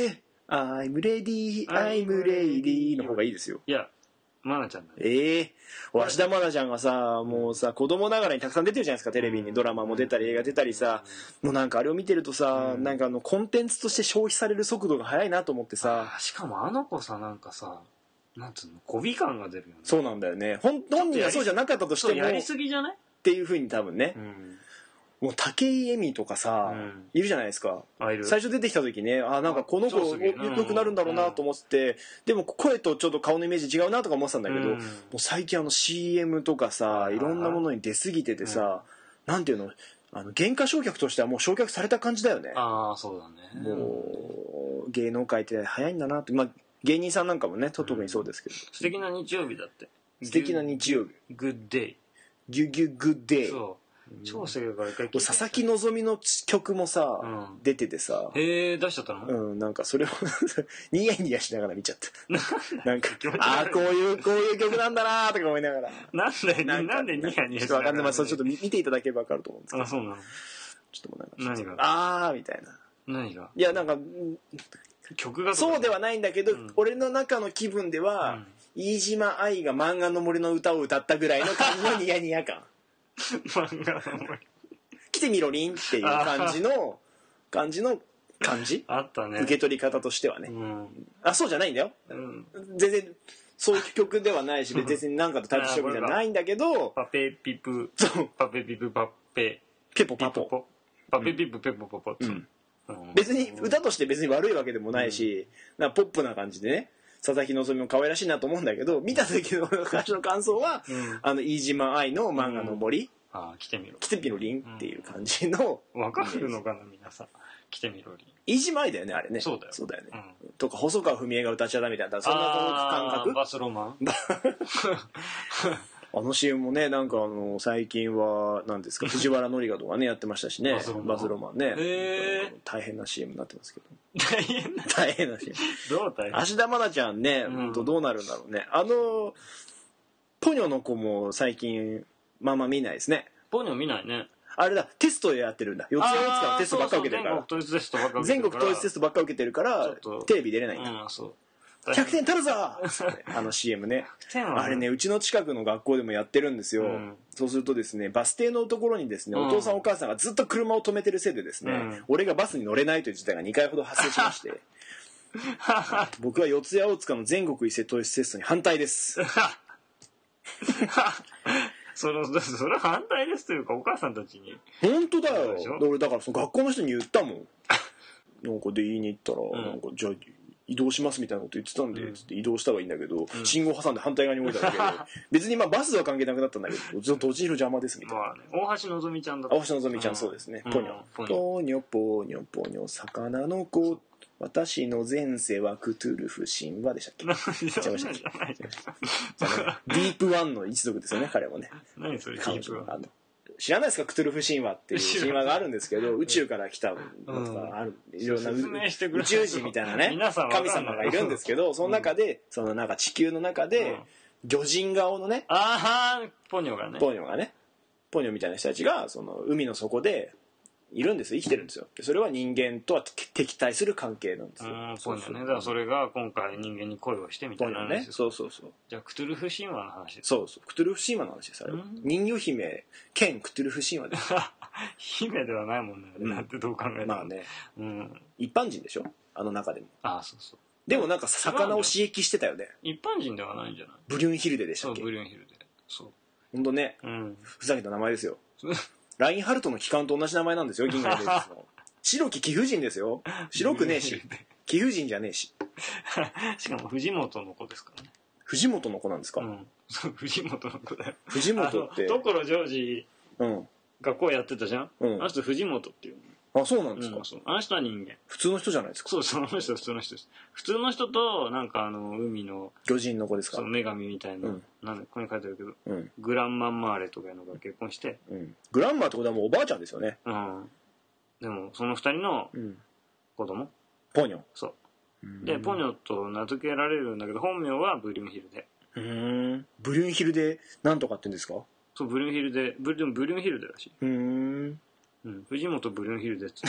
I'm ready, I'm ready の方がいいですよ。 いや、愛菜ちゃんだ。 芦田愛菜ちゃんがさ、もうさ、子供ながらにたくさん出てるじゃないですか、テレビに。ドラマも出たり、映画出たりさ。もうなんかあれを見てるとさ、なんかコンテンツとして消費される速度が速いなと思ってさ。 しかもあの子さ、なんかさ、なんつうの、媚び感が出るよね。 そうなんだよね。本人がそうじゃなかったとしても。 やりすぎじゃない？ っていう風に多分ね。もう武井絵美とかさ、いるじゃないですか。最初出てきた時ね、なんかこの子良くなるんだろうなと思ってて、でも声とちょっと顔のイメージ違うなとか思ってたんだけど、もう最近CM とかさ、いろんなものに出過ぎててさ、なんていうの、原価償却としてはもう償却された感じだよね。 そうだね。 もう芸能界って早いんだなって、芸人さんなんかもね、特にそうですけど。 素敵な日曜日だって。 素敵な日曜日。 グッデイ。 ギュギュグッデイ。 そう。超正解から佐々木希の曲もさ、出ててさ。 出しちゃったの？ なんかそれをニヤニヤしながら見ちゃった。なんか、こういう曲なんだなーとか思いながら。 なんでニヤニヤしながら。 ちょっとわかんない。ちょっと見ていただければわかると思うんですけど。 そうなの？ ちょっともうなんか。 何が？ みたいな。 何が？ いや、なんか、 曲がそうではないんだけど、俺の中の気分では、飯島愛が漫画の森の歌を歌ったぐらいの感じのニヤニヤ感。 漫画の森。 来てみろりんっていう感じあったね。 受け取り方としてはね。そうじゃないんだよ。全然、そういう曲ではないし、別になんかと対比しようみたいなないんだけど、 パペピプ、パペピプパペ、 ペポパポ。 パペピプペポポポ。 別に歌として別に悪いわけでもないし、ポップな感じでね、佐々木希も可愛らしいなと思うんだけど、見た時の私の感想は、飯島愛の漫画の森、 来てみろりんっていう感じの。 わかるのかな皆さん。来てみろりん。 飯島愛だよね、あれね。 そうだよね。とか、細川文江が歌っちゃったみたいな、そんな感覚。 バスロマン CM もね、なんか最近は、何ですか、藤原紀香とかね、やってましたしね。バスロマンね。大変な CM になってますけど。大変な CM。 どう大変？ 芦田愛菜ちゃんね、どうなるんだろうね。ポニョの子も最近、見ないですね。 ポニョ見ないね。 あれだ、テストでやってるんだ。四谷大塚のテストばっか受けてるから。全国統一テストばっか受けてるから、テレビ出れないんだ。100点取るぞCM ね。あれね、うちの近くの学校でもやってるんですよ。そうするとですね、バス停のところにですね、お父さんお母さんがずっと車を止めてるせいでですね、俺がバスに乗れないという事態が2回ほど発生しまして、僕は四谷大塚の全国一斉統一テストに反対です。 それは反対ですというか、お母さんたちに。 本当だよ。俺だからその学校の人に言ったもん。なんかで言いに行ったら、なんかじゃあ移動しますみたいなこと言ってたんで、つって移動したはいいんだけど、信号挟んで反対側に動いただけで、別にバスは関係なくなったんだけど、ずっと閉じる邪魔ですみたいな。 大橋のぞみちゃんだった。 大橋のぞみちゃん、そうですね。ポニョ。ポニョポニョポニョ、魚の子。私の前世はクトゥルフ神話でしたっけ？ディープワンの一族ですよね、彼もね。 何それ、ディープワン。 知らないですか？クトゥルフ神話っていう神話があるんですけど、宇宙から来たのがある。いろんな宇宙人みたいなね、神様がいるんですけど、その中で、そのなんか地球の中で、魚人顔のね、 ポニョがね。 ポニョみたいな人たちが、その海の底で、いるんですよ、生きてるんですよ。それは人間とは敵対する関係なんですよ。 ポニョね。だからそれが今回人間に恋をしてみたいな話です。 そうそう。 じゃあクトゥルフ神話の話です。 そう。クトゥルフ神話の話です。あれ人魚姫兼クトゥルフ神話です。 姫ではないもんね。なんてどう考えても。 ね。一般人でしょ、あの中でも。 そう。 でもなんか魚を刺激してたよね。 一般人ではないんじゃない？ ブリュンヒルデでしたっけ？ そう、ブリュンヒルデ。そう。 ほんとね。ふざけた名前ですよ。 ラインハルトの機関と同じ名前なんですよ、銀河レディースの。白き貴婦人ですよ。白くねえし、貴婦人じゃねえし。 しかも藤本の子ですからね。 藤本の子なんですか？ そう、藤本の子だよ。 藤本って。 所ジョージ、学校やってたじゃん。あの人藤本っていう。 あ、そうなんですか。 あの人は人間。 普通の人じゃないですか。 そう、その人は普通の人です。普通の人と、なんか海の。 巨人の子ですか？ そう、女神みたいな。なんで、ここに書いてあるけど、グランマンマーレとかいうのが結婚して。 グランマーってことはもうおばあちゃんですよね。 でも、その二人の子供。 ポニョ。 そう。で、ポニョと名付けられるんだけど、本名はブリュンヒルデ。 ブリュンヒルデ、なんとかって言うんですか？ そう、ブリュンヒルデ、でもブリュンヒルデらしい。藤本ブリュンヒルデって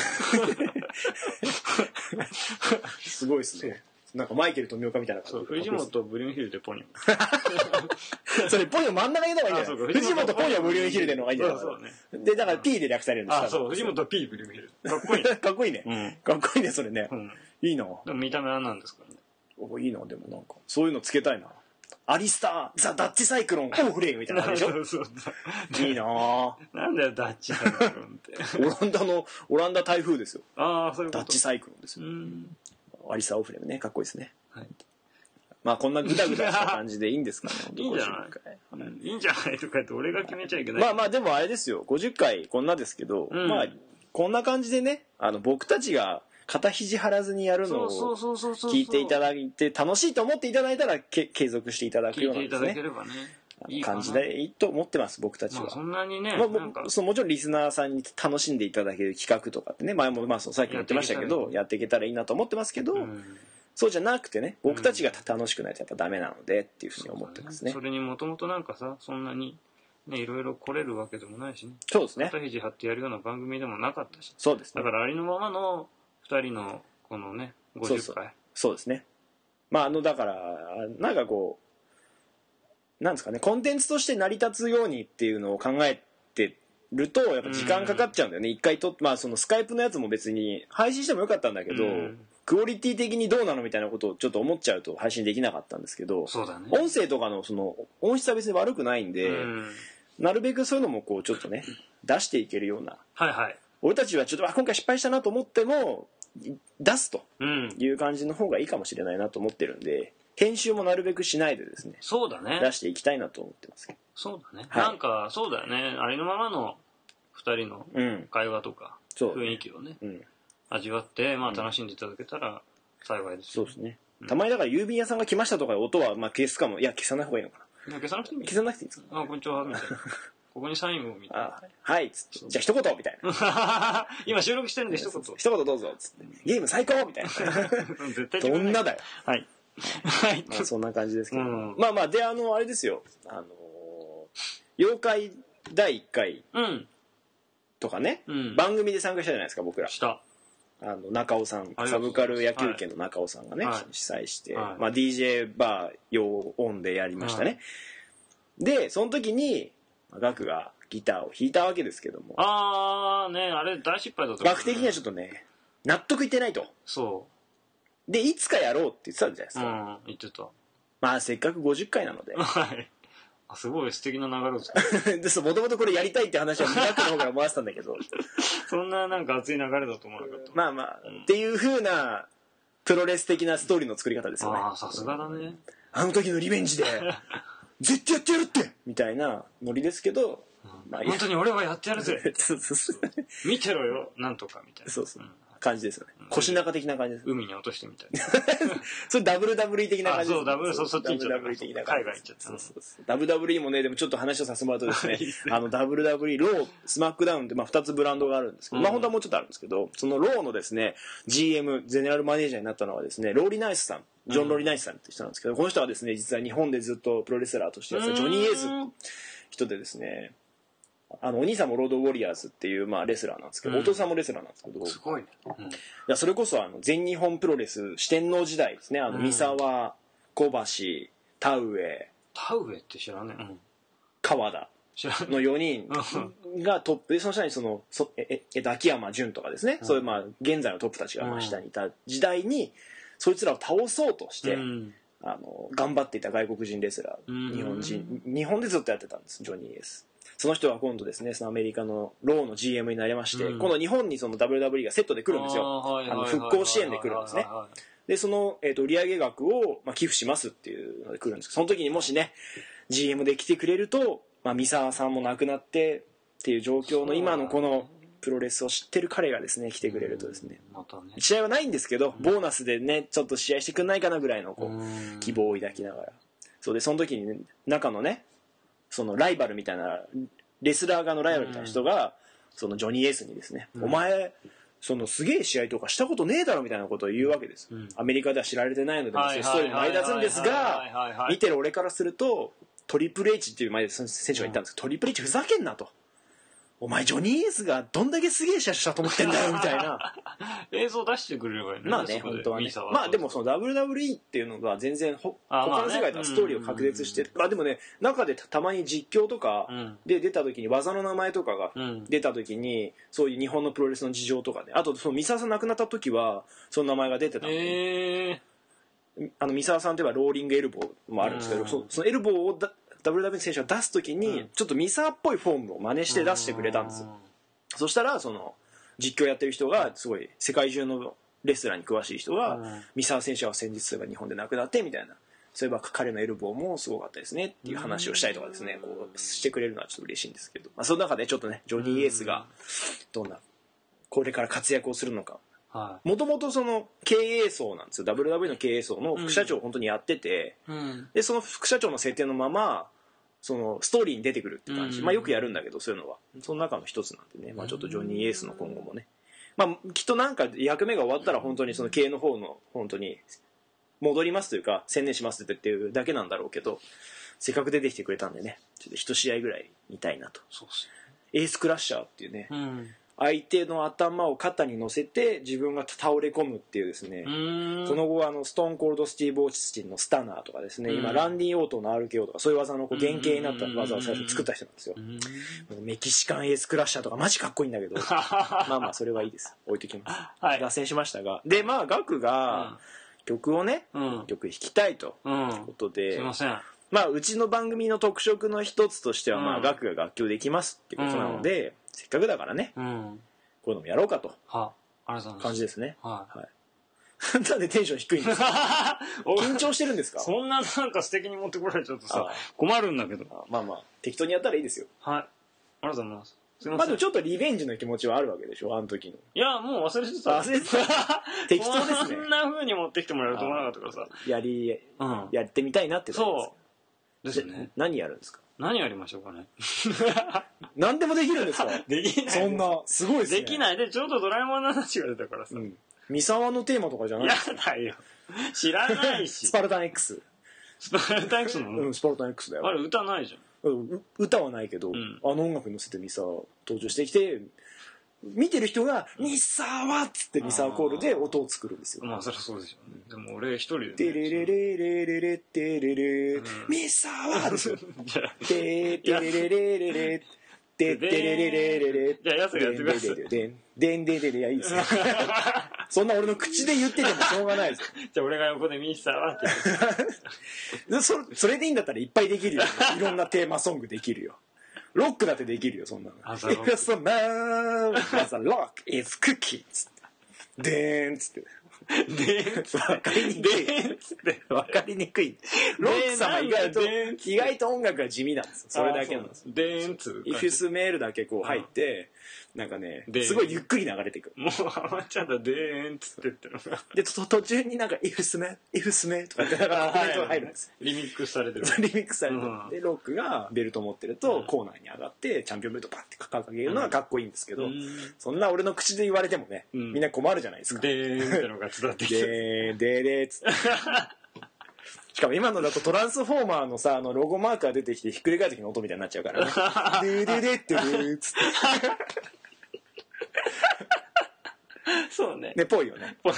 すごいですね。なんかマイケル富岡みたいな感じ。 そう、藤本ブリュンヒルデポニョ。 それポニョ真ん中にいた方がいいんじゃない？藤本ポニョブリュンヒルデの方がいいんじゃない？そうね。で、だから P で略されるんですか？ そう、藤本 P ブリュンヒルデ。かっこいい。 かっこいいね。かっこいいね、それね。いいな。 でも見た目はなんですからね。 いいな、でもなんか、そういうのつけたいな。アリスター、ザ・ダッチサイクロン、オーフレイみたいな感じでしょ？いいなぁ。 なんだよ、ダッチサイクロンって。 オランダ台風ですよ。 そういうこと。 ダッチサイクロンですよ。アリスター・オーフレイね、かっこいいですね。まあこんなグダグダした感じでいいんですかね。 いいんじゃない？いいんじゃないとかって俺が決めちゃいけない。 まあまあでもあれですよ、50回こんなですけど、まあこんな感じでね、僕たちが肩肘張らずにやるのを聞いていただいて楽しいと思っていただいたら継続していただくようなですね感じでいいと思ってます、僕たちは。 そんなにね、 もちろんリスナーさんに楽しんでいただける企画とかってね、前もさっきも言ってましたけど、やっていけたらいいなと思ってますけど、そうじゃなくてね、僕たちが楽しくないとやっぱダメなのでっていうふうに思ってますね。 それにもともとなんかさ、そんなにね、いろいろ来れるわけでもないしね。 そうですね。 肩肘張ってやるような番組でもなかったし。 そうですね。 だからありのままの2人のこのね、50回。 そうですね。まあだからなんかこうなんですかね、コンテンツとして成り立つようにっていうのを考えてるとやっぱ時間かかっちゃうんだよね。一回まあそのスカイプのやつも別に配信してもよかったんだけど、クオリティ的にどうなのみたいなことをちょっと思っちゃうと配信できなかったんですけど、 そうだね。 音声とかのその音質は別に悪くないんで、なるべくそういうのもこうちょっとね出していけるような。 はいはい。 俺たちはちょっと今回失敗したなと思っても出すという感じの方がいいかもしれないなと思ってるんで、編集もなるべくしないでですね、 そうだね、 出していきたいなと思ってますけど。 そうだね、なんかそうだよね、ありのままの2人の会話とか雰囲気をね、味わってまあ楽しんでいただけたら幸いです。 そうですね。たまにだから郵便屋さんが来ましたとか音はまあ消すかも、いや消さない方がいいのかな。 消さなくていい。 消さなくていいですか。 こんにちはみたいな。ここにサインをみたいな。 はいっつって、じゃあ一言みたいな。 今収録してるんで一言どうぞっつって、ゲーム最高みたいな。 絶対どんなだよ。 はいはい。まあそんな感じですけど。まあまあであれですよ。妖怪第1回とかね、番組で参加したじゃないですか僕ら。 した。 中尾さん、サブカル野球拳の中尾さんがね、主催して、まあ DJ バー用オンでやりましたね。でその時にガクがギターを弾いたわけですけども、 あれ大失敗だった。 ガク的にはちょっとね納得いってないと。そうでいつかやろうって言ってたじゃないですか。 言ってた。 まあせっかく50回なので、 はいすごい素敵な流れを作る。 もともとこれやりたいって話はガクの方から思わせたんだけどそんななんか熱い流れだと思わなかった。 まあまあ、っていう風なプロレス的なストーリーの作り方ですよね。 さすがだね。 あの時のリベンジで絶対やってやるってみたいなノリですけど、 本当に俺はやってやるぜ見てろよなんとかみたいな感じですよね。腰中的な感じです。 海に落としてみたいな。 それ WWE 的な感じです。 そっちに行っちゃった。海外行っちゃった。 WWE もね、でもちょっと話をさせてもらうとですね、WWE ロースマックダウンって2つブランドがあるんですけど、まあ本当はもうちょっとあるんですけど、そのローのですね GM ゼネラルマネージャーになったのはですねローリーナイスさん、ジョン・ローリーナイスさんって人なんですけど、この人はですね実は日本でずっとプロレスラーとしてやってたジョニー・エイズ人でですね、お兄さんもロードウォリアーズっていうまあレスラーなんですけど、お父さんもレスラーなんですけど、 すごいね。 いやそれこそ全日本プロレス四天王時代ですね、三沢、小橋、田上って知らねえ。 川田の4人がトップで、その下に秋山純とかですね、そういうまあ現在のトップたちが下にいた時代にそいつらを倒そうとして頑張っていた外国人レスラー、日本でずっとやってたんです、ジョニー・エース。 その人は今度ですね、そのアメリカのローの GM になりまして、今度日本にその WWE がセットで来るんですよ。復興支援で来るんですね。で、その、売上額を、寄付しますっていうので来るんですけど、その時にもしね、GM で来てくれると、三沢さんも亡くなってっていう状況の今のこのプロレスを知ってる彼がですね、来てくれるとですね、試合はないんですけど、ボーナスでね、ちょっと試合してくんないかなぐらいのこう希望を抱きながら。そうで、その時に、ね、中のね、そのライバルみたいな、レスラー側のライバルみたいな人が、そのジョニー・エースにですね、お前、そのすげえ試合とかしたことねえだろみたいなことを言うわけです。アメリカでは知られてないので、ストーリーに前立つんですが、見てる俺からすると、トリプル H っていう前で選手が言ったんですけど、トリプル H ふざけんなと。お前ジョニー・エースがどんだけすげえ試合したと思ってんだよみたいな映像出してくれればいいね。 まあね、本当はね。まあでもその WWE っていうのが全然他の世界とはストーリーを確立してる。まあでもね、中でたまに実況とかで出た時に技の名前とかが出た時に、そういう日本のプロレスの事情とかね、あとその三沢さん亡くなった時はその名前が出てたんで、三沢さんといえばローリングエルボーもあるんですけど、そのエルボーをWWE 選手が出すときに、ちょっとミサーっぽいフォームを真似して出してくれたんですよ。そしたら、その、実況やってる人が、すごい、世界中のレスラーに詳しい人が、ミサー選手は先日そういえば日本で亡くなって、みたいな。そういえば彼のエルボーもすごかったですね、っていう話をしたりとかですね、こう、してくれるのはちょっと嬉しいんですけど、その中でちょっとね、ジョニー・エースが、どんな、これから活躍をするのか。もともとその経営層なんですよ。WWE の経営層の副社長を本当にやってて、で、その副社長の設定のまま、そのストーリーに出てくるって感じ、よくやるんだけど、そういうのはその中の一つなんでね、ちょっとジョニー・エースの今後もね、きっとなんか役目が終わったら本当にその経営の方の本当に戻りますというか専念しますっていうだけなんだろうけど、せっかく出てきてくれたんでね、ちょっと一試合ぐらい見たいなと。 そうですね、エースクラッシャーっていうね、相手の頭を肩に乗せて自分が倒れ込むっていうですね、その後ストーンコールドスティーブ・オーチスティンのスタナーとかですね、今ランディ・オートンの RKO とかそういう技のこう原型になった技を最初に作った人なんですよ。メキシカンエースクラッシャーとかマジかっこいいんだけどまあそれはいいです、置いときます、脱線しましたが、でガクが曲をね、曲弾きたいということで、 すいません、 うちの番組の特色の一つとしては、ガクが楽曲できますってことなので、せっかくだからね、こういうのもやろうかと感じですね。なんでテンション低いんですか緊張してるんですか？ そんななんか素敵に持ってこられちゃうとさ、困るんだけど。 適当にやったらいいですよ。 はい。ありがとうございます。 すいません。でもちょっとリベンジの気持ちはあるわけでしょ、あの時の。 いや、もう忘れてた。適当ですね。そんな風に持ってきてもらえると思わなかったからさ。やってみたいなってことですか。そうですね。何やるんですか？何やりましょうかね。何でもできるんですか？できない。そんな、すごいですね。できない。で、ちょうどドラえもんの話が出たからさ。三沢のテーマとかじゃないですか？やだよ。知らないし。スパルタン X。スパルタン X なの？スパルタン X だよ。あれ歌ないじゃん。歌はないけど、あの音楽に乗せて三沢登場してきて、見てる人が「三沢!」っつって三沢コールで音を作るんですよ。そりゃそうでしょうね。でも俺一人でね。テレレレレレレテレレ三沢ですよ。テレレレレレテテレレレレレ。じゃあやつがやってください。でんででで、いやいいですよ。そんな俺の口で言っててもしょうがないですよ。じゃあ俺が横でミスターはって言って。それでいいんだったらいっぱいできるよ。いろんなテーマソングできるよ。ロックだってできるよ、そんなの。If a man has a lock, it's cookie! つって。でーんつって。でーんつって。わかりにくい。でーんつって。わかりにくい。ロック様意外と音楽が地味なんですよ。それだけなんです。でーんつって。If you smell だけこう入って、なんかね、すごいゆっくり流れていく。もうハマっちゃった、でーんつってってのが。で、途中になんか、If smell とかってなんかコメントが入るんです。リミックスされてる。リミックスされてる。で、ロックがベルト持ってると、コーナーに上がって、チャンピオンベルトパッて掲げるのがかっこいいんですけど、そんな俺の口で言われてもね、みんな困るじゃないですか。でーんってのが伝わってきて。でーでーつって。しかも今のだとトランスフォーマーのさ、ロゴマークが出てきてひっくり返る時の音みたいになっちゃうからね。でーでーでーってーつって。そうね。ね、ぽいよね。ぽい。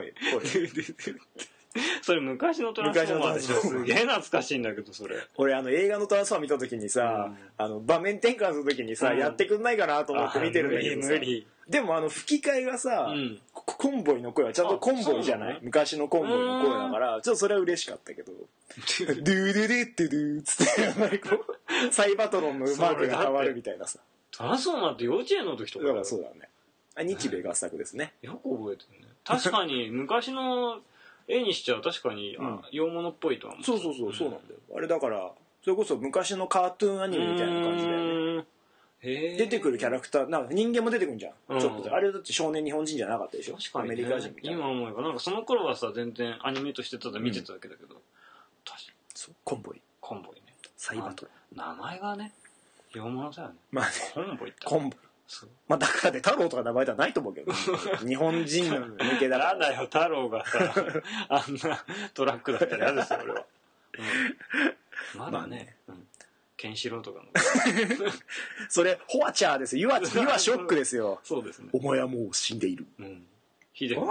それ昔のトランスフォーマーでしょ。すげえ懐かしいんだけど、それ。俺映画のトランスフォーマー見た時にさ、場面転換する時にさ、やってくんないかなと思って見てるんだけどさ。無理。でも吹き替えがさ、 コンボイの声はちゃんとコンボイじゃない、昔のコンボイの声だから、ちょっとそれは嬉しかったけど、ドゥドゥドゥドゥドゥつって、あんまりこう、サイバトロンのマークが変わるみたいなさ。 トランスフォーマーって幼稚園の時とかだからそうだね。日米合作ですね。 よく覚えてるね。確かに、昔の絵にしちゃ確かに、洋物っぽいとは思う。 そうなんだよ。あれだから、それこそ昔のカートゥーンアニメみたいな感じだよね。出てくるキャラクター、なんか人間も出てくるんじゃん。ちょっとあれだって少年日本人じゃなかったでしょ。 確かに、 アメリカ人みたいな。 今思えば、なんかその頃はさ、全然アニメとしてただ見てただけだけど。 確かに。そう、コンボイ。 コンボイね。 サイバトル。 名前がね、洋物だよね。 まあね。 コンボイって。 コンボイ。まあだからね、太郎とか名前ではないと思うけど、日本人の抜けだから。 なんだよ、太郎がさ、あんなトラックだったら嫌ですよ、俺は。まだね。ケンシロウとかの。 それ、ホワチャーですよ。ユアショックですよ。 そうですね。 お前はもう死んでいる。 ヒデブ。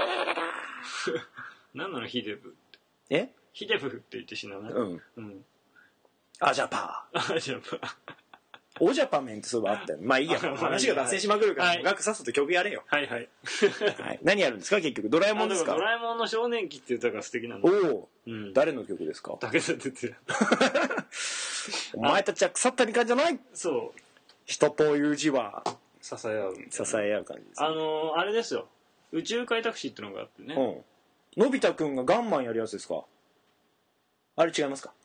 何なのヒデブって。ヒデブって言って死なない？アジャパー。アジャパー。 オジャパメンってそういえばあったよ。まあいいや。話が脱線しまくるから、ガクさっさと曲やれよ。 はいはい。 何やるんですか結局。ドラえもんですか？ ドラえもんの少年期っていう歌が素敵なんだ。 おお。誰の曲ですか？ 武田鉄矢。 お前たちは腐ったみかんじゃない。 そう。 人という字は支え合う。 支え合う感じです。 あれですよ。宇宙開拓士ってのがあってね。 のび太くんがガンマンやるやつですか？あれ違いますか？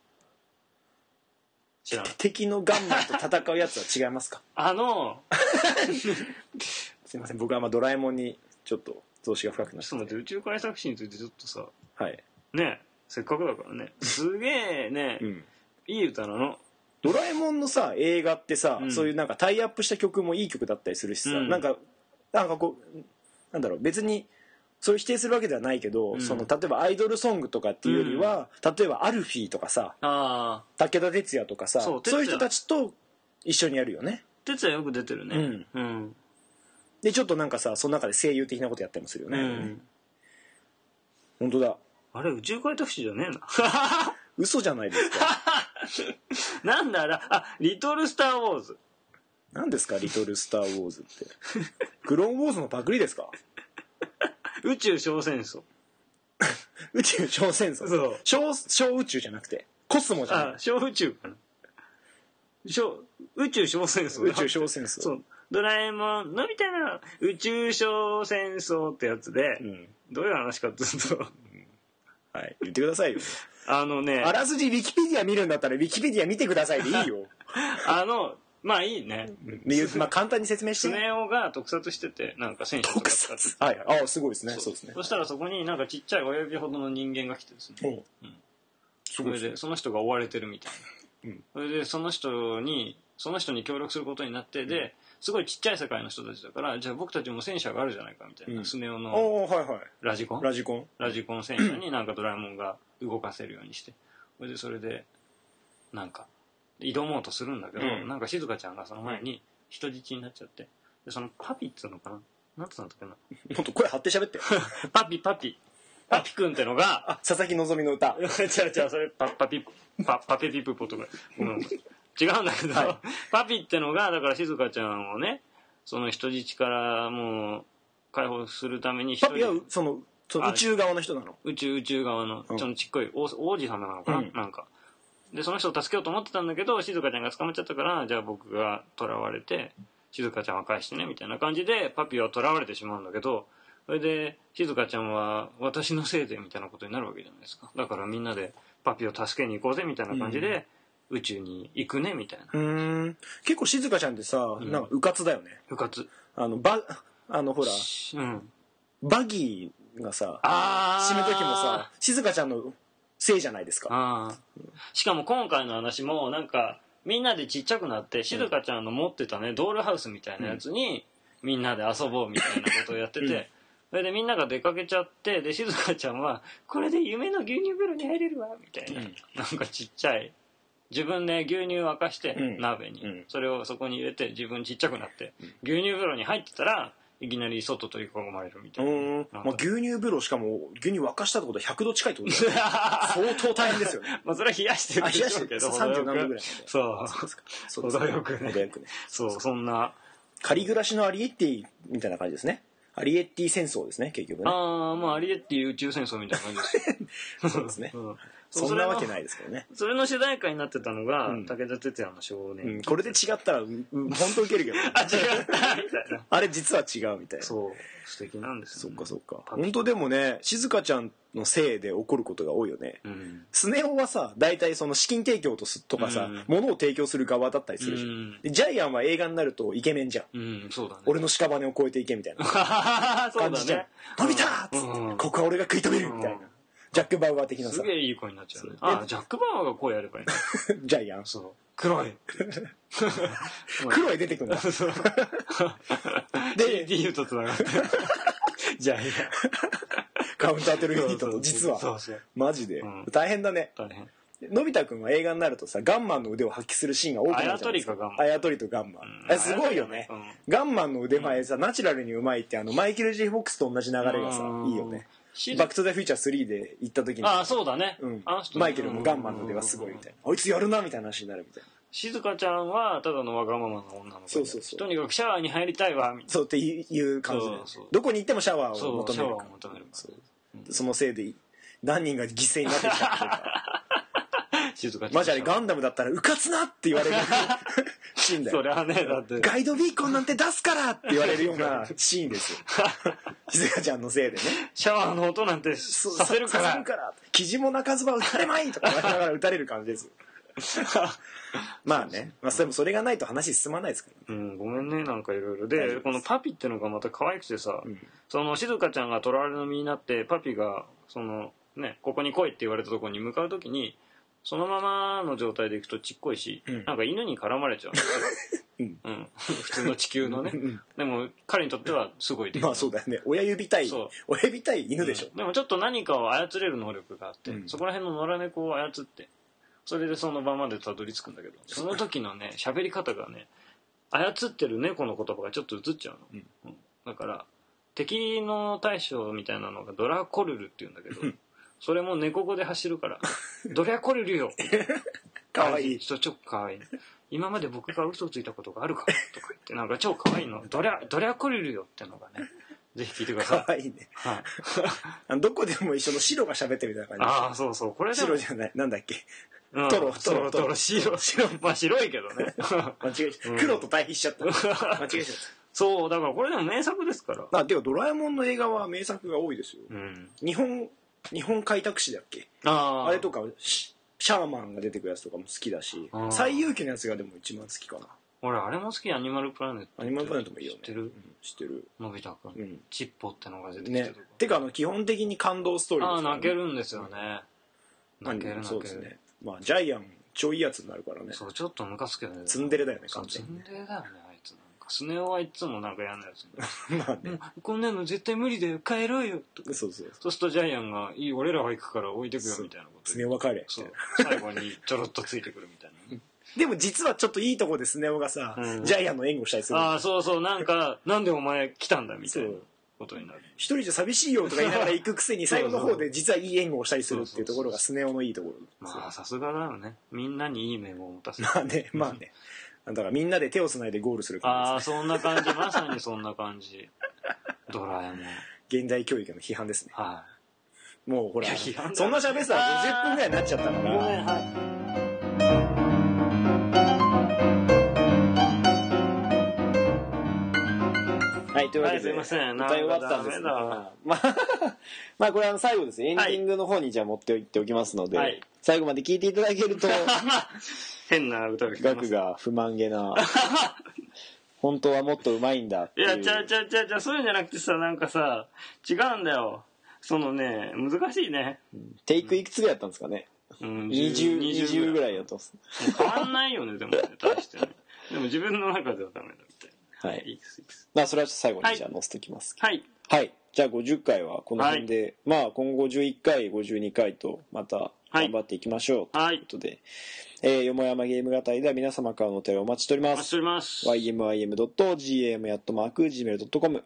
敵のガンマンと戦うやつは違いますか？すいません、僕はドラえもんにちょっと増資が深くなって。 ちょっと待って、宇宙開拓士についてちょっとさ、 はいね、せっかくだからね、すげえね、いい歌なの。 ドラえもんのさ映画ってさ、そういうなんかタイアップした曲もいい曲だったりするしさ、なんかこうなんだろう、別にそれ否定するわけではないけど、その例えばアイドルソングとかっていうよりは、例えばアルフィーとかさ、武田鉄矢とかさ、そういう人たちと一緒にやるよね。 鉄矢よく出てるね。 でちょっとなんかさ、その中で声優的なことやったりもするよね。本当だ。 あれ宇宙開拓士じゃねえな。 嘘じゃないですか。 なんだリトルスターウォーズ。 何ですかリトルスターウォーズって。クローンウォーズのパクリですか？ 宇宙小戦争。 宇宙小戦争。小宇宙じゃなくてコスモじゃない。 小宇宙かな。宇宙小戦争。 宇宙小戦争。 そう。ドラえもんのび太の宇宙小戦争ってやつで、どういう話かっていうと、 はい、言ってくださいよ。 あらすじウィキペディア見るんだったらウィキペディア見てくださいでいいよ。 まあいいね。 まあ簡単に説明して。 スネ夫が特撮してて、なんか戦車とか使ってて。 はい。すごいですね。そうですね。 そしたらそこになんかちっちゃい親指ほどの人間が来てですね。それで、その人が追われてるみたいな。それで、その人に協力することになって、で、すごいちっちゃい世界の人たちだから、じゃあ僕たちも戦車があるじゃないかみたいな。スネ夫のラジコン戦車になんかドラえもんが動かせるようにして。それで、なんか、挑もうとするんだけど、なんか静香ちゃんがその前に人質になっちゃって、でそのパピっつうのかな、なんつうんだっけな、 もっと声張って喋ってパピくんってのが佐々木希の歌違うそれパペピプポとかごめん違うんだけど、パピってのがだから静香ちゃんをね、その人質からもう解放するためにパピはその宇宙側の人なの？宇宙側のちょっとちっこい王子様なのかな、なんかでその人を助けようと思ってたんだけど、静香ちゃんが捕まっちゃったから、じゃあ僕が囚われて静香ちゃんは返してねみたいな感じでパピは囚われてしまうんだけど、それで静香ちゃんは私のせいでみたいなことになるわけじゃないですか。だからみんなでパピを助けに行こうぜみたいな感じで、宇宙に行くねみたいな。 結構静香ちゃんってさ、なんかうかつだよね。 うかつ。 ほら、バギーがさ死ぬ時もさ静香ちゃんのせいじゃないですか。 しかも今回の話もなんかみんなでちっちゃくなって静香ちゃんの持ってたねドールハウスみたいなやつにみんなで遊ぼうみたいなことをやってて、それでみんなが出かけちゃって、で静香ちゃんはこれで夢の牛乳風呂に入れるわみたいな、なんかちっちゃい自分で牛乳沸かして鍋に、それをそこに入れて自分ちっちゃくなって牛乳風呂に入ってたらいきなり外取り囲まれるみたいな。 牛乳風呂しかも牛乳沸かしたってことは100度近いってことだよ相当大変ですよね。 まあそれは冷やしてるでしょうけど、 30何度ぐらいまで。 そう程よくね。そうそんな仮暮らしのアリエッティみたいな感じですね。 アリエッティ戦争ですね結局ね。 ああ、まあアリエッティ宇宙戦争みたいな感じですそうですね、そんなわけないですけどね。 それの主題歌になってたのが、武田鉄矢の少年、 これで違ったら本当ウケるけど、ね、 あ違ったみたいなあれ実は違うみたいな。 そう素敵なんですよ、ね、 そっか本当でもね、静香ちゃんのせいで起こることが多いよね。スネ夫はさ大体その資金提供とかさ、物を提供する側だったりするじゃん。でジャイアンは映画になるとイケメンじゃん。そうだね、俺の屍を越えていけみたいな感じじゃん。伸びたーっつって、ここは俺が食い止めるみたいな。ジャック・バウアー的なさ。 すげえいい声になっちゃうね。あ、ジャック・バウアーが声やればいいね。 ジャイアン。 そう。黒い。 黒い出てくるんだ。そう。 で、DU とつながって。ジャイアン。 カウンターテルフィートと実は。マジで。大変だね。大変。のび太くんは映画になるとさ、ガンマンの腕を発揮するシーンが多くなるじゃないですか。あやとりとガンマン。すごいよね。ガンマンの腕前さ、ナチュラルにうまいってマイケル・ジェフォックスと同じ流れがさ、いいよね。バックトゥザフューチャー3で行った時に、 あ、そうだね、 マイケルもガンマンの腕はすごいみたいな、あいつやるなみたいな話になるみたいな。 静香ちゃんはただのわがままな女の子で、とにかくシャワーに入りたいわみたいな、 そうっていう感じで、どこに行ってもシャワーを求めるから、そのせいで何人が犠牲になってきたかマジあれガンダムだったらうかつなって言われるシーンだよ。 そりゃね、だってガイドビーコンなんて出すからって言われるようなシーンですよ。静香ちゃんのせいでね、 シャワーの音なんてさせるからキジも鳴かずば撃たれまいとか言われながら撃たれる感じですよ。まあね、でもそれがないと話進まないですからね。 ごめんね、なんかいろいろで、このパピってのがまた可愛くてさ、その静香ちゃんが囚われの身になってパピがそのね、ここに来いって言われたところに向かうときに、そのままの状態でいくとちっこいし、なんか犬に絡まれちゃう普通の地球のね、でも彼にとってはすごい。 まあそうだよね、親指対犬でしょ。 でもちょっと何かを操れる能力があって、そこら辺の野良猫を操って、それでその場までたどり着くんだけど、その時のね喋り方がね、操ってる猫の言葉がちょっと映っちゃうの、だから敵の大将みたいなのがドラコルルって言うんだけど、それも猫語で走るからドラコルルよかわいい。 ちょっとかわいい。今まで僕が嘘をついたことがあるかとか言って、なんか超かわいいの。ドラコルルよってのがね、ぜひ聞いてください。 かわいいね。はい。どこでも一緒の白が喋ってるみたいな感じ。 ああ、そうそう。これでも白じゃない。なんだっけ。トロ、 白。まあ白いけどね。 間違えちゃった。黒と対比しちゃった。間違えちゃった。 そう、だからこれでも名作ですから。 てかドラえもんの映画は名作が多いですよ。日本開拓史だっけ。あれとか、シャーマンが出てくるやつとかも好きだし、最勇気のやつがでも一番好きかな。 俺あれも好き、アニマルプラネット。 アニマルプラネットもいいよね。 知ってるのび太くん。チッポってのが出てきてる。 てか基本的に感動ストーリーですからね。泣けるんですよね。 泣ける。そうですね。まあジャイアン超いいやつになるからね。 そう、ちょっとムカつくよね。 ツンデレだよね、 完全に。ツンデレだよね、あいつ。スネ夫はいつもなんか嫌なやつ。 まあね。 こんなの絶対無理だよ、帰ろうよ。 そうするとジャイアンが、いい、俺らは行くから置いてくよみたいなこと。 スネ夫は帰れ。 そう。最後にちょろっとついてくるみたいな。 でも実はちょっといいとこでスネ夫がさ、ジャイアンの援護したりする。 ああ、そうそう、なんか、なんでお前来たんだみたいなことになる。 一人じゃ寂しいよとか言いながら行くくせに最後の方で実はいい援護をしたりするっていうところがスネ夫のいいところ。 まあさすがだよね。みんなにいい面を持たせる。 まあね。だからみんなで手をつないでゴールする感じですね。ああ、そんな感じ。まさにそんな感じ。ドラえもん。 現代教育の批判ですね。 はい。 もうほら、そんな喋ってたら50分ぐらいになっちゃったから。はい、というわけで、歌い終わったんですが、まあこれ最後ですね、エンディングの方にじゃあ持っていっておきますので、最後まで聞いていただけると、 変な歌が聞こえます。 額が不満げな、本当はもっと上手いんだっていう。 いや、そういうんじゃなくてさ、なんかさ、違うんだよ。そのね、難しいね。 テイクいくつぐらいやったんですかね。20ぐらいやったんです。 変わんないよね、でもね、対してね。でも自分の中ではダメだみたいな。 はい。いいです。まあ、それは最後にじゃあ載せておきます。 はい。 はい。じゃあ50回はこの辺で、まあ今後51回、52回とまた頑張っていきましょう。ということで、よもやまゲーム語りでは皆様からのお手紙お待ちしております。 お待ちしております。 ymym.gm@gmail.com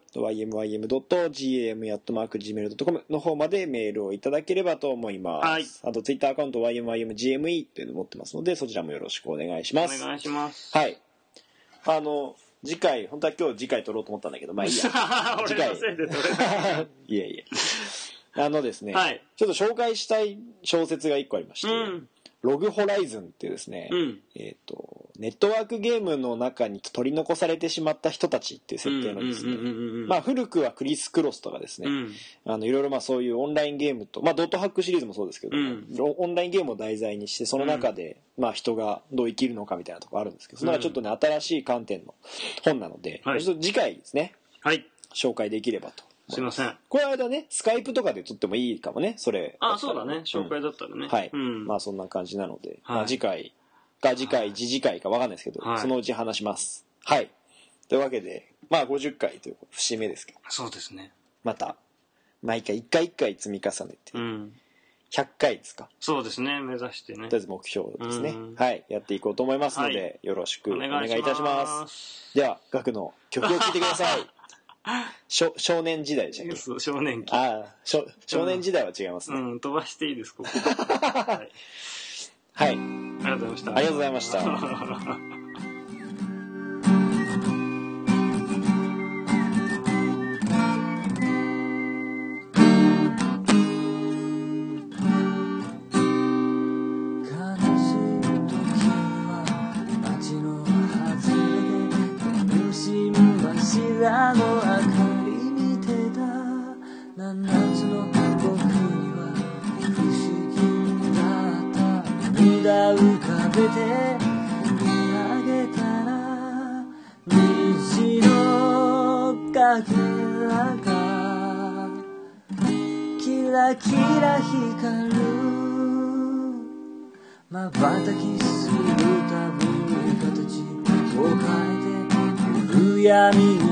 ymym.gm@gmail.com の方までメールをいただければと思います。はい。あとツイッターアカウント ymymgme っていうのを持ってますので、そちらもよろしくお願いします。 お願いします。 はい。 次回本当は今日次回撮ろうと思ったんだけど、まあいいや次回俺のせいで撮れないいやいやですね、 はい、 ちょっと紹介したい小説が1個ありまして、ログホライズンっていうですね、ネットワークゲームの中に取り残されてしまった人たちっていう設定のですね、まあ古くはクリス・クロスとかですね、いろいろまあそういうオンラインゲームと、まあドットハックシリーズもそうですけど、オンラインゲームを題材にして、その中でまあ人がどう生きるのかみたいなところあるんですけど、その中ちょっとね、新しい観点の本なので、ちょっと次回ですね、紹介できればと。 すいません。 これはね、スカイプとかで撮ってもいいかもね、それ。 そうだね。紹介だったらね。 はい。まあそんな感じなので、まあ次回か次回かわかんないですけど、そのうち話します。はい。というわけで、まあ50回という節目ですけど。 そうですね。 また、毎回1回1回積み重ねて、100回ですか。 そうですね、目指してね。 とりあえず目標ですね。はい。やっていこうと思いますので、よろしくお願いいたします。では、ガクの曲を聴いてください。少年時代でしたっけ？ 少年期。 少年時代は違いますね。 飛ばしていいです、ここ。はい。 ありがとうございました。 ありがとうございました。 浮かべて見上げたら虹のかけらがキラキラ光る瞬きするたびに形を変えて夕闇